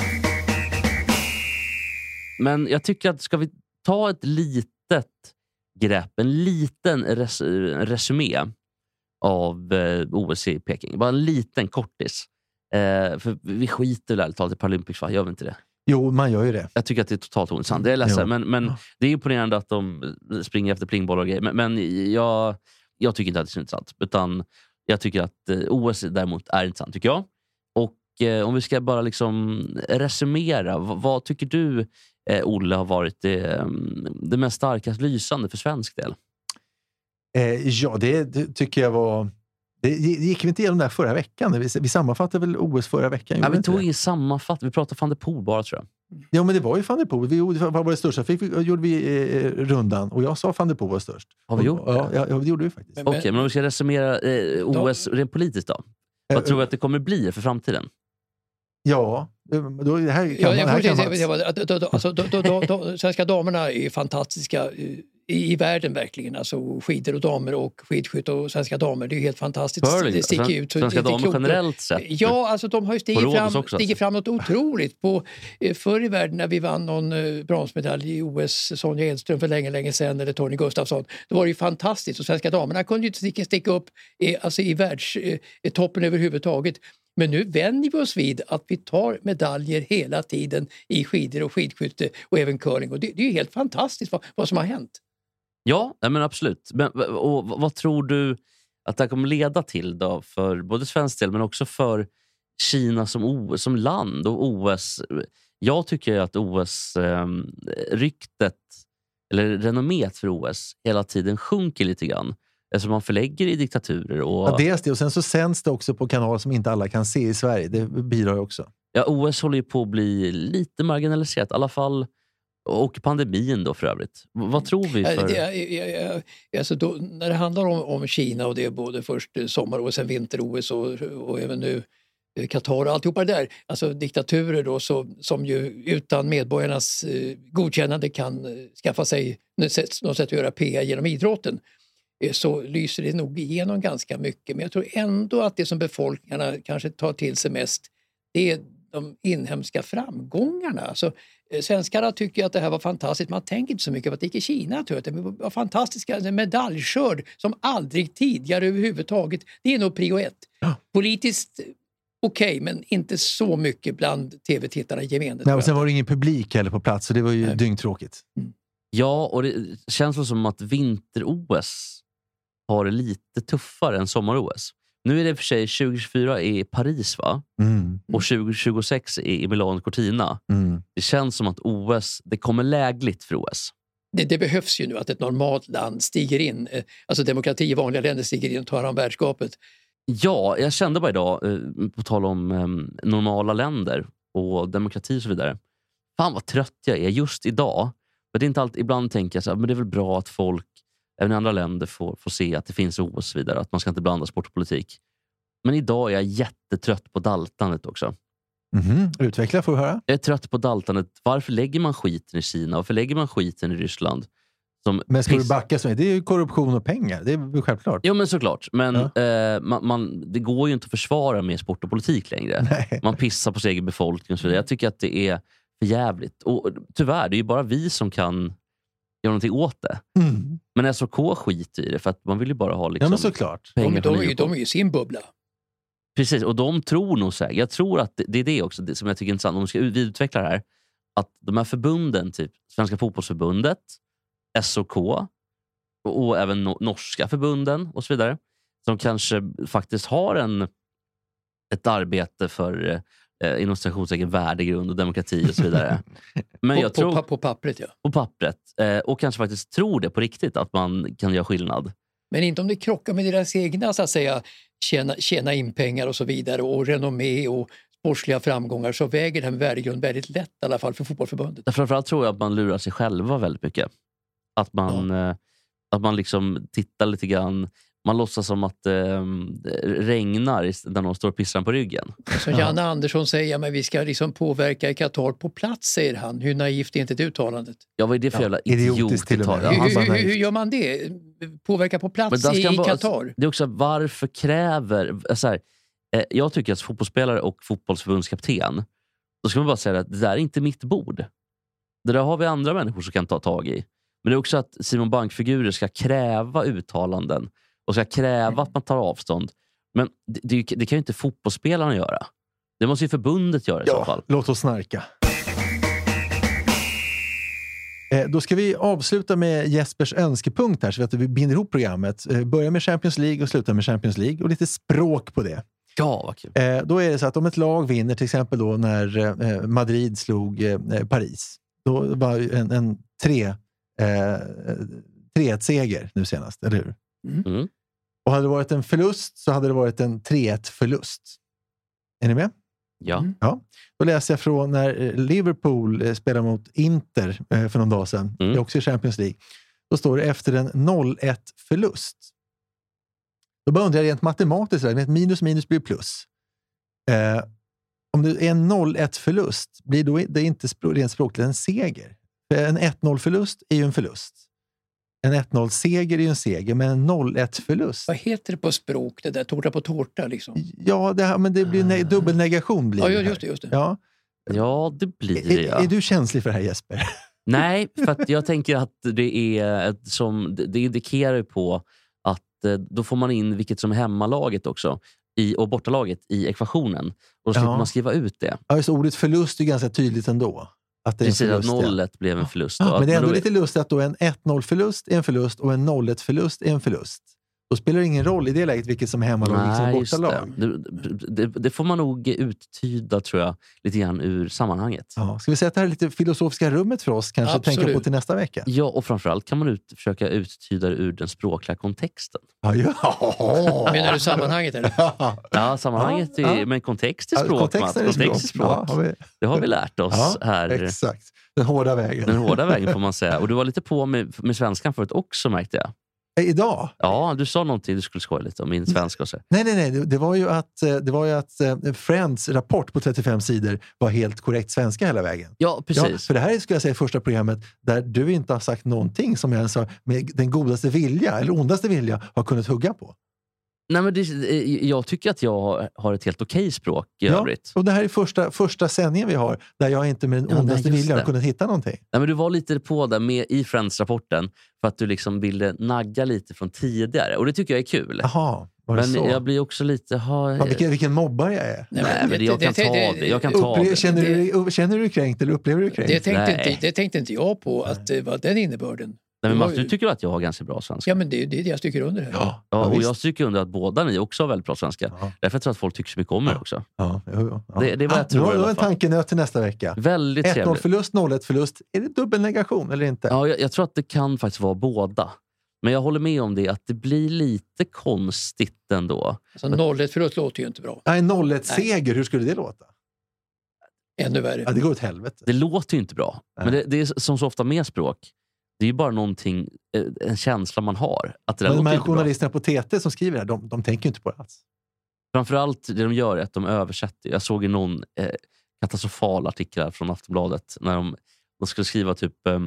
Men jag tycker att ska vi ta ett litet grepp, en liten res- en resumé av eh, O S i Peking. Bara en liten kortis. Eh, för vi skiter väl talat i Paralympics, va? Gör vi inte det? Jo, man gör ju det. Jag tycker att det är totalt ointressant. Det är ledsen, Jo. men, men det är imponerande att de springer efter plingbollar och grejer. Men, men jag, jag tycker inte att det är så intressant. Utan jag tycker att eh, O S däremot är intressant, tycker jag. Och eh, om vi ska bara liksom resumera. V- vad tycker du, eh, Olle, har varit det, det mest starkast lysande för svensk del? Eh, ja, det, det tycker jag var... Det gick vi inte igenom där förra veckan. Vi, vi sammanfattade väl O S förra veckan. Ja, gjorde vi tog inte det? ingen sammanfattning. Vi pratade Van der Poel bara, tror jag. Ja, men det var ju Van der Poel. Vi gjorde, vad var det största? Fick, vi, gjorde vi eh, rundan. Och jag sa Van der Poel var störst. Har vi gjort det? Ja, ja, ja, det gjorde vi faktiskt. Men- Okej, okay, men om vi ska resumera eh, O S rent politiskt då? Vad Eh, tror vi att det kommer bli för framtiden? Ja, då, det här kan, Ja, man, jag här får kan säga- man... säga- säga- alltså, då- då- alltså, då- då- då- då- svenska damerna är fantastiska eh, i, i världen verkligen. Alltså skidor och damer och skidskytt och svenska damer. Det är ju helt fantastiskt. Curling, Det sticker sven- ut. så svenska det är damer klokt. generellt sett. Ja, alltså de har ju På stigit Rhodos fram, också, alltså. stigit fram något otroligt. På, eh, förr i världen när vi vann någon eh, bronsmedalj i O S, Sonja Edström för länge, länge sedan, eller Tony Gustafsson, då var det ju fantastiskt. Och svenska damerna kunde ju inte sticka, sticka upp eh, alltså i världstoppen eh, överhuvudtaget. Men nu vänjer vi oss vid att vi tar medaljer hela tiden i skidor och skidskytte och även curling. Och det, det är ju helt fantastiskt vad, vad som har hänt. Ja, nej, men absolut. Men, och vad, vad tror du att det här kommer leda till då för både svensk del men också för Kina som, o, som land och O S? Jag tycker att O S-ryktet eller renommet för O S hela tiden sjunker lite grann. Eftersom man förlägger i diktaturer. Och, Ja, dels det. Och sen så sänds det också på kanaler som inte alla kan se i Sverige. Det bidrar ju också. ja, O S håller ju på att bli lite marginaliserat. I alla fall, och pandemin då för övrigt. V- vad tror vi för... Det, är- jag- jag- alltså då, när det handlar om, om Kina och det är både först eh, sommar och sen vinter-O S och, och även nu eh, Qatar och alltihopa det där. Alltså diktaturer då så, som ju utan medborgarnas eh, godkännande kan eh, skaffa sig något sätt, något sätt att göra P R genom idrotten. eh, Så lyser det nog igenom ganska mycket. Men jag tror ändå att det som befolkningarna kanske tar till sig mest, det är de inhemska framgångarna. Alltså, eh, svenskarna tycker att det här var fantastiskt. Man tänker inte så mycket på att det gick i Kina. Tror jag. Det var fantastiska en medaljskörd som aldrig tidigare överhuvudtaget. Det är nog prio ett. Politiskt okej, okay, men inte så mycket bland tv-tittarna i gemen. Nej, och sen var det ingen publik heller på plats, så det var ju Nej. dyngtråkigt. Ja, och det känns väl som att vinter-O S har det lite tuffare än sommar-O S. Nu är det för sig tjugo tjugofyra i Paris, va? Mm. Och tjugo tjugosex i Milano Cortina. Mm. Det känns som att O S, det kommer lägligt för O S. Det, det behövs ju nu att ett normalt land stiger in. Alltså demokrati i vanliga länder stiger in och tar an värdskapet. Ja, jag kände bara idag, eh, på tal om eh, normala länder och demokrati och så vidare. Fan vad trött jag är just idag. Men det är inte alltid, ibland tänker jag så här, men det är väl bra att folk även i andra länder får, får se att det finns O S och så vidare. Att man ska inte blanda sport och politik. Men idag är jag jättetrött på daltandet också. Mm-hmm. Utveckla får vi höra. Jag är trött på daltandet. Varför lägger man skiten i Kina? Varför lägger man skiten i Ryssland? Som men ska piss... du backa så är det ju korruption och pengar. Det är väl självklart. Jo, men såklart. Men ja. eh, man, man, det går ju inte att försvara med sport och politik längre. Nej. Man pissar på sin egen befolkning och så vidare. Jag tycker att det är för jävligt. Och tyvärr, det är ju bara vi som kan göra någonting åt det. Mm. Men S O K skiter i det för att man vill ju bara ha liksom, ja, men såklart. pengar. De, de, de, är ju, de är ju sin bubbla. Precis, och de tror nog så här. Jag tror att det, det är det också det som jag tycker är intressant. Om vi ska utveckla det här. Att de här förbunden, typ Svenska fotbollsförbundet, S O K och, och även no, norska förbunden och så vidare. Som kanske faktiskt har en ett arbete för eh, inom citationstecken värdegrund och demokrati och så vidare. Men på, jag tror, på, på pappret, ja. På pappret. Eh, och kanske faktiskt tror det på riktigt att man kan göra skillnad. Men inte om det krockar med deras egna, så att säga, tjäna, tjäna in pengar och så vidare och renommé och sportsliga framgångar, så väger det här med värdegrund väldigt lätt i alla fall för fotbollförbundet. Framförallt tror jag att man lurar sig själva väldigt mycket. Att man, ja. eh, att man liksom tittar lite grann. Man låtsas som att eh, regnar när någon står och pissar på ryggen. Så Janne Andersson säger att vi ska liksom påverka i Qatar på plats, säger han. Hur naivt är inte det uttalandet? Ja, vad är det för jävla ja, idiot? idiotiskt till och med. Hur, hur, hur, hur gör man det? Påverka på plats i, i Qatar? Det är också varför kräver... Så här, eh, jag tycker att fotbollsspelare och fotbollsförbundskapten, då ska man bara säga att det där är inte mitt bord. Det där har vi andra människor som kan ta tag i. Men det är också att Simon Bank-figurer ska kräva uttalanden och ska kräva att man tar avstånd. Men det, det, det kan ju inte fotbollsspelarna göra. Det måste ju förbundet göra i ja, så fall. Låt oss snarka. Eh, då ska vi avsluta med Jespers önskepunkt här, så att vi binder ihop programmet. Eh, börja med Champions League och sluta med Champions League. Och lite språk på det. Ja, vad kul. Eh, då är det så att om ett lag vinner, till exempel då när eh, Madrid slog eh, Paris. Då var en, en tre, eh, tre ett seger nu senast, eller hur? Mm. Mm. Och hade det varit en förlust så hade det varit en tre ett förlust. Är ni med? Ja. Mm. Ja. Då läser jag från när Liverpool spelar mot Inter för någon dag sedan. Mm. Det är också i Champions League. Då står det efter en noll ett förlust. Då bara undrar jag rent matematiskt, med ett minus minus blir plus. Eh, om det är en noll ett förlust, blir då det inte rent språkligt en seger? För en ett noll förlust är ju en förlust. En ett noll seger är ju en seger, men en noll ett förlust. Vad heter det på språk, det där tårta på tårta liksom? Ja, det här, men det blir ne- dubbelnegation blir Ja, det just det, just det. Ja. Ja, det blir Är, det. Ja. är du känslig för det här, Jesper? Nej, för att jag tänker att det är ett, som det indikerar ju på att eh, då får man in vilket som är hemmalaget också i, och bortalaget i ekvationen. Och då slipper Ja. man skriva ut det. Ja, just ordet förlust är ganska tydligt ändå. Att det är en Precis, att förlust, ja. noll ett blev en förlust. Ja, Och men det är att- ändå då- lite lustigt att då en ett noll förlust är en förlust och en noll ett förlust är en förlust. Då spelar det ingen roll i det läget vilket som är hemmalag och vilket som är Nej, just bortalag. det. Det, det. Det får man nog uttyda, tror jag, lite grann ur sammanhanget. Ja, ska vi sätta här lite filosofiska rummet för oss? Kanske Absolut. tänka på till nästa vecka? Ja, och framförallt kan man ut, försöka uttyda det ur den språkliga kontexten. Ja, ja. Menar du sammanhanget eller? Ja, sammanhanget Ja, är, ja. men kontext är Ja, språk, kontexten Mats. är Kontext är språk. språk. Ja, har vi- Det har vi lärt oss Ja, här. exakt. Den hårda vägen. Den hårda vägen får man säga. Och du var lite på med, med svenskan förut också, märkte jag. Eh, Idag? Ja, du sa någonting du skulle skoja lite om min svenska. Och så. Nej, nej, nej. Det, det var ju att, eh, det var ju att eh, Friends rapport på trettiofem sidor var helt korrekt svenska hela vägen. Ja, precis. Ja, för det här är, skulle jag säga, första programmet där du inte har sagt någonting som jag ens har, med den godaste vilja, eller ondaste vilja, har kunnat hugga på. Nej, men det, jag tycker att jag har ett helt okej språk i Ja, övrigt. och det här är första, första sändningen vi har där jag inte med den Ja, ondaste nej, just vilja har det. kunnat hitta någonting. Nej, men du var lite på där med i Friends-rapporten för att du liksom ville nagga lite från tidigare. Och det tycker jag är kul. Jaha, var det Men så? jag blir också lite... Ha, Ja, vilken, vilken mobbare jag är. Nej, men jag kan ta det. Jag kan ta Upple- det. känner, du, dig- känner du dig kränkt eller upplever du dig kränkt? Det tänkte, Nej. inte, det tänkte inte jag på, att det var den innebörden. Nej, men Det var Mats, ju- du tycker att jag har ganska bra svenska. Ja, men det, det är det jag stryker under här. Ja, Ja, och visst. jag tycker under att båda ni också har väldigt bra svenska. Ja. Därför tror jag att folk tycker så mycket om er också. Ja, jo, jo, ja. Det- det är vad jag Ah, tror då- i alla Då är en fall. tankenöt till nästa vecka. Väldigt ett noll trevligt. förlust, noll ett förlust. Är det dubbelnegation eller inte? Ja, jag, jag tror att det kan faktiskt vara båda. Men jag håller med om det, att det blir lite konstigt ändå. Alltså noll ett förlust låter ju inte bra. Nej, noll ett seger, hur skulle det låta? Ännu värre. Ja, det går åt helvete. Det låter ju inte bra. Nej. Men det, det är som så ofta med språk. Det är ju bara någonting, eh, en känsla man har. Att det där Men de låter här inte bra. journalisterna på T T som skriver det här, de, de tänker ju inte på det alls. Framförallt det de gör är att de översätter. Jag såg ju någon eh, katastrofal artikel här från Aftonbladet när de, de skulle skriva typ eh,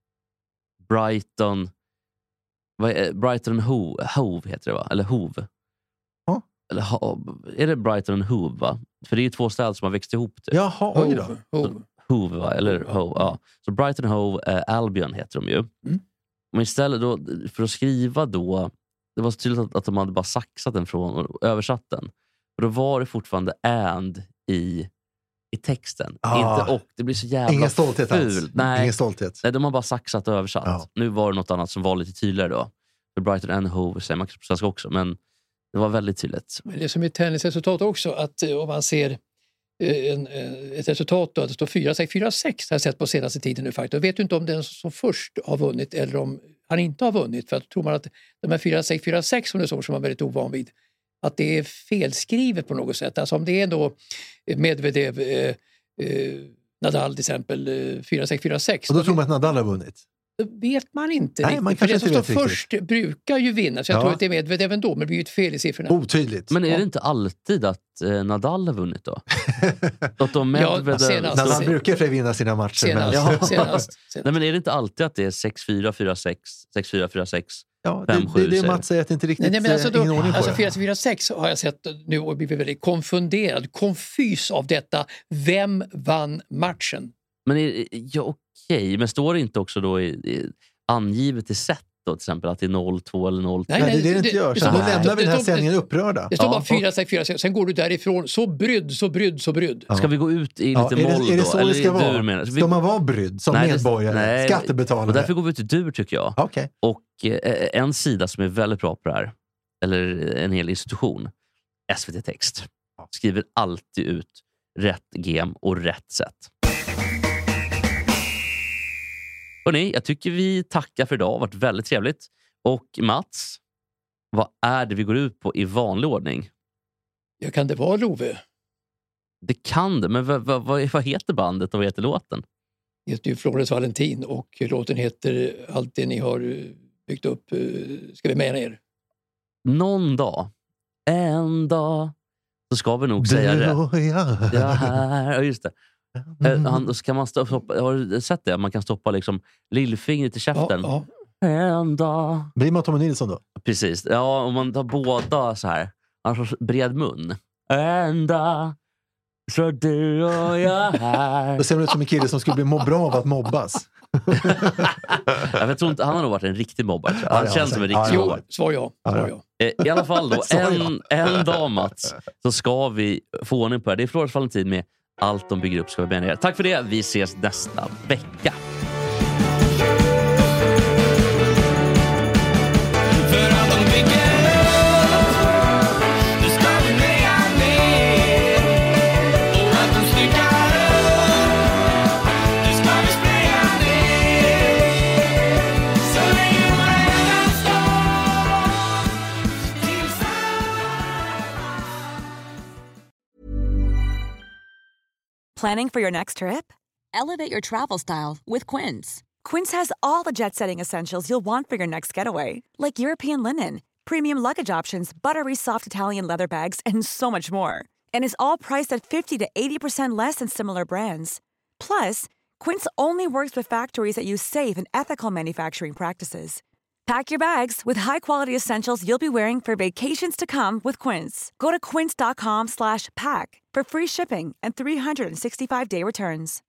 Brighton vad är, Brighton Hove, Hove heter det va? Eller Hove. Ja. Eller, Ho- är det Brighton och Hove va? För det är ju två städer som har växt ihop. Typ. Jaha, oj då. Hove, Hove. Hove va? Eller Hove, ja. Så Brighton och Hove, eh, Albion heter de ju. Mm. Men istället då, för att skriva då, det var så tydligt att, att de hade bara saxat den från och översatt den. Och då var det fortfarande and i, i texten. Ah. Inte och. Det blir så jävla Ingen stolthet alls. fult. Nej. Ingen stolthet. Nej, de har bara saxat och översatt. Ja. Nu var det något annat som var lite tydligare då. För Brighton and Hove säger man på svenska också, men det var väldigt tydligt. Men det är som i tennisresultat också, att eh, om man ser en, ett resultat då, att det står fyra sex fyra sex har jag sett på senaste tiden nu faktiskt. Jag vet ju inte om den som först har vunnit eller om han inte har vunnit, för att tror man att de här fyra sex fyra sex som det står som man är väldigt ovan vid, att det är felskrivet på något sätt. Alltså om det är då Medvedev eh, eh, Nadal till exempel eh, fyra sex fyra sex. Och då tror man att Nadal har vunnit? Det vet man inte Nej, riktigt. man för det kanske som inte står vet först brukar ju vinna. Så jag Ja. tror att det är Medvedev ändå, men det blir ju ett fel i siffrorna. Otydligt. Men är Ja. det inte alltid att eh, Nadal har vunnit då? Att de Medvedev... Ja, senast. Nadal sen- brukar för vinna sina matcher. Senast, men- senast, senast. Nej, men är det inte alltid att det är sex fyra fyra sex, sex fyra fyra sex, Ja, fem det, sju? det, det är säger Mats säger att det inte riktigt Nej, nej, men alltså, eh, då, ingen ordning på alltså det. fyra fyra sex har jag sett nu och blivit väldigt konfunderad, konfys av detta. Vem vann matchen? Men är, ja, okej, men står det inte också då i, i, angivet i set då, till exempel att det är noll två eller noll tre? Nej, Nej, det är det det det- inte gör. det Så står då bara- lämnar vi det den här står- sändningen upprörda. Det står Ja, bara fyra sex fyra sex, sen går du därifrån så brydd, så brydd, så brydd. Ska vi gå ut i lite Ja, är, moll det, är det då? så Eller det ska dur vara? menar- Ska man vara brydd som Nej, det- medborgare, nej, skattebetalare? Och därför går vi ut i dur tycker jag. Okej. Och eh, en sida som är väldigt bra på det här, eller en hel institution, S V T Text, skriver alltid ut rätt gem och rätt sätt. Hörrni, jag tycker vi tackar för idag. Det har varit väldigt trevligt. Och Mats, vad är det vi går ut på i vanlig ordning? Ja, kan det vara Love? Det kan det, men vad, vad, vad vad heter bandet och vad heter låten? Det heter ju Florence Valentin och låten heter Allt det ni har eh, byggt upp eh, ska vi med er. Någon dag, en dag, så ska vi nog säga Du det. och jag. Ja, här, ja, just det. Eh, Han, så kan man stoppa, har du sett det? Man kan stoppa liksom lillfingret i käften. Ja, ja. En dag. Blir man Tommy Nilsson då? Precis. Ja, om man tar båda så här. Alltså bred mun. En dag. Så du och jag här. Då ser man ut som en kille som skulle bli må bra av att mobbas. Jag tror inte, han har nog varit en riktig mobbare. tror jag. Han Ja, ja, känns som en ja, riktig ja. mobbare. Svar ja. Svar ja. Eh, I alla fall då, Sa en, en dag Mats, så ska vi få ordning på det. Det är Florence Valentin med Allt de bygger upp ska vi bena er. Tack för det, vi ses nästa vecka. För allt de bygger upp, nu ska vi lägga ner. Och allt de styckar upp, nu ska vi spränga ner. Så länge varenda stad tillsammans. Planning for your next trip? Elevate your travel style with Quince. Quince has all the jet-setting essentials you'll want for your next getaway, like European linen, premium luggage options, buttery soft Italian leather bags, and so much more. And is all priced at fifty to eighty percent less than similar brands. Plus, Quince only works with factories that use safe and ethical manufacturing practices. Pack your bags with high-quality essentials you'll be wearing for vacations to come with Quince. Go to quince.com slash pack for free shipping and three sixty-five day returns.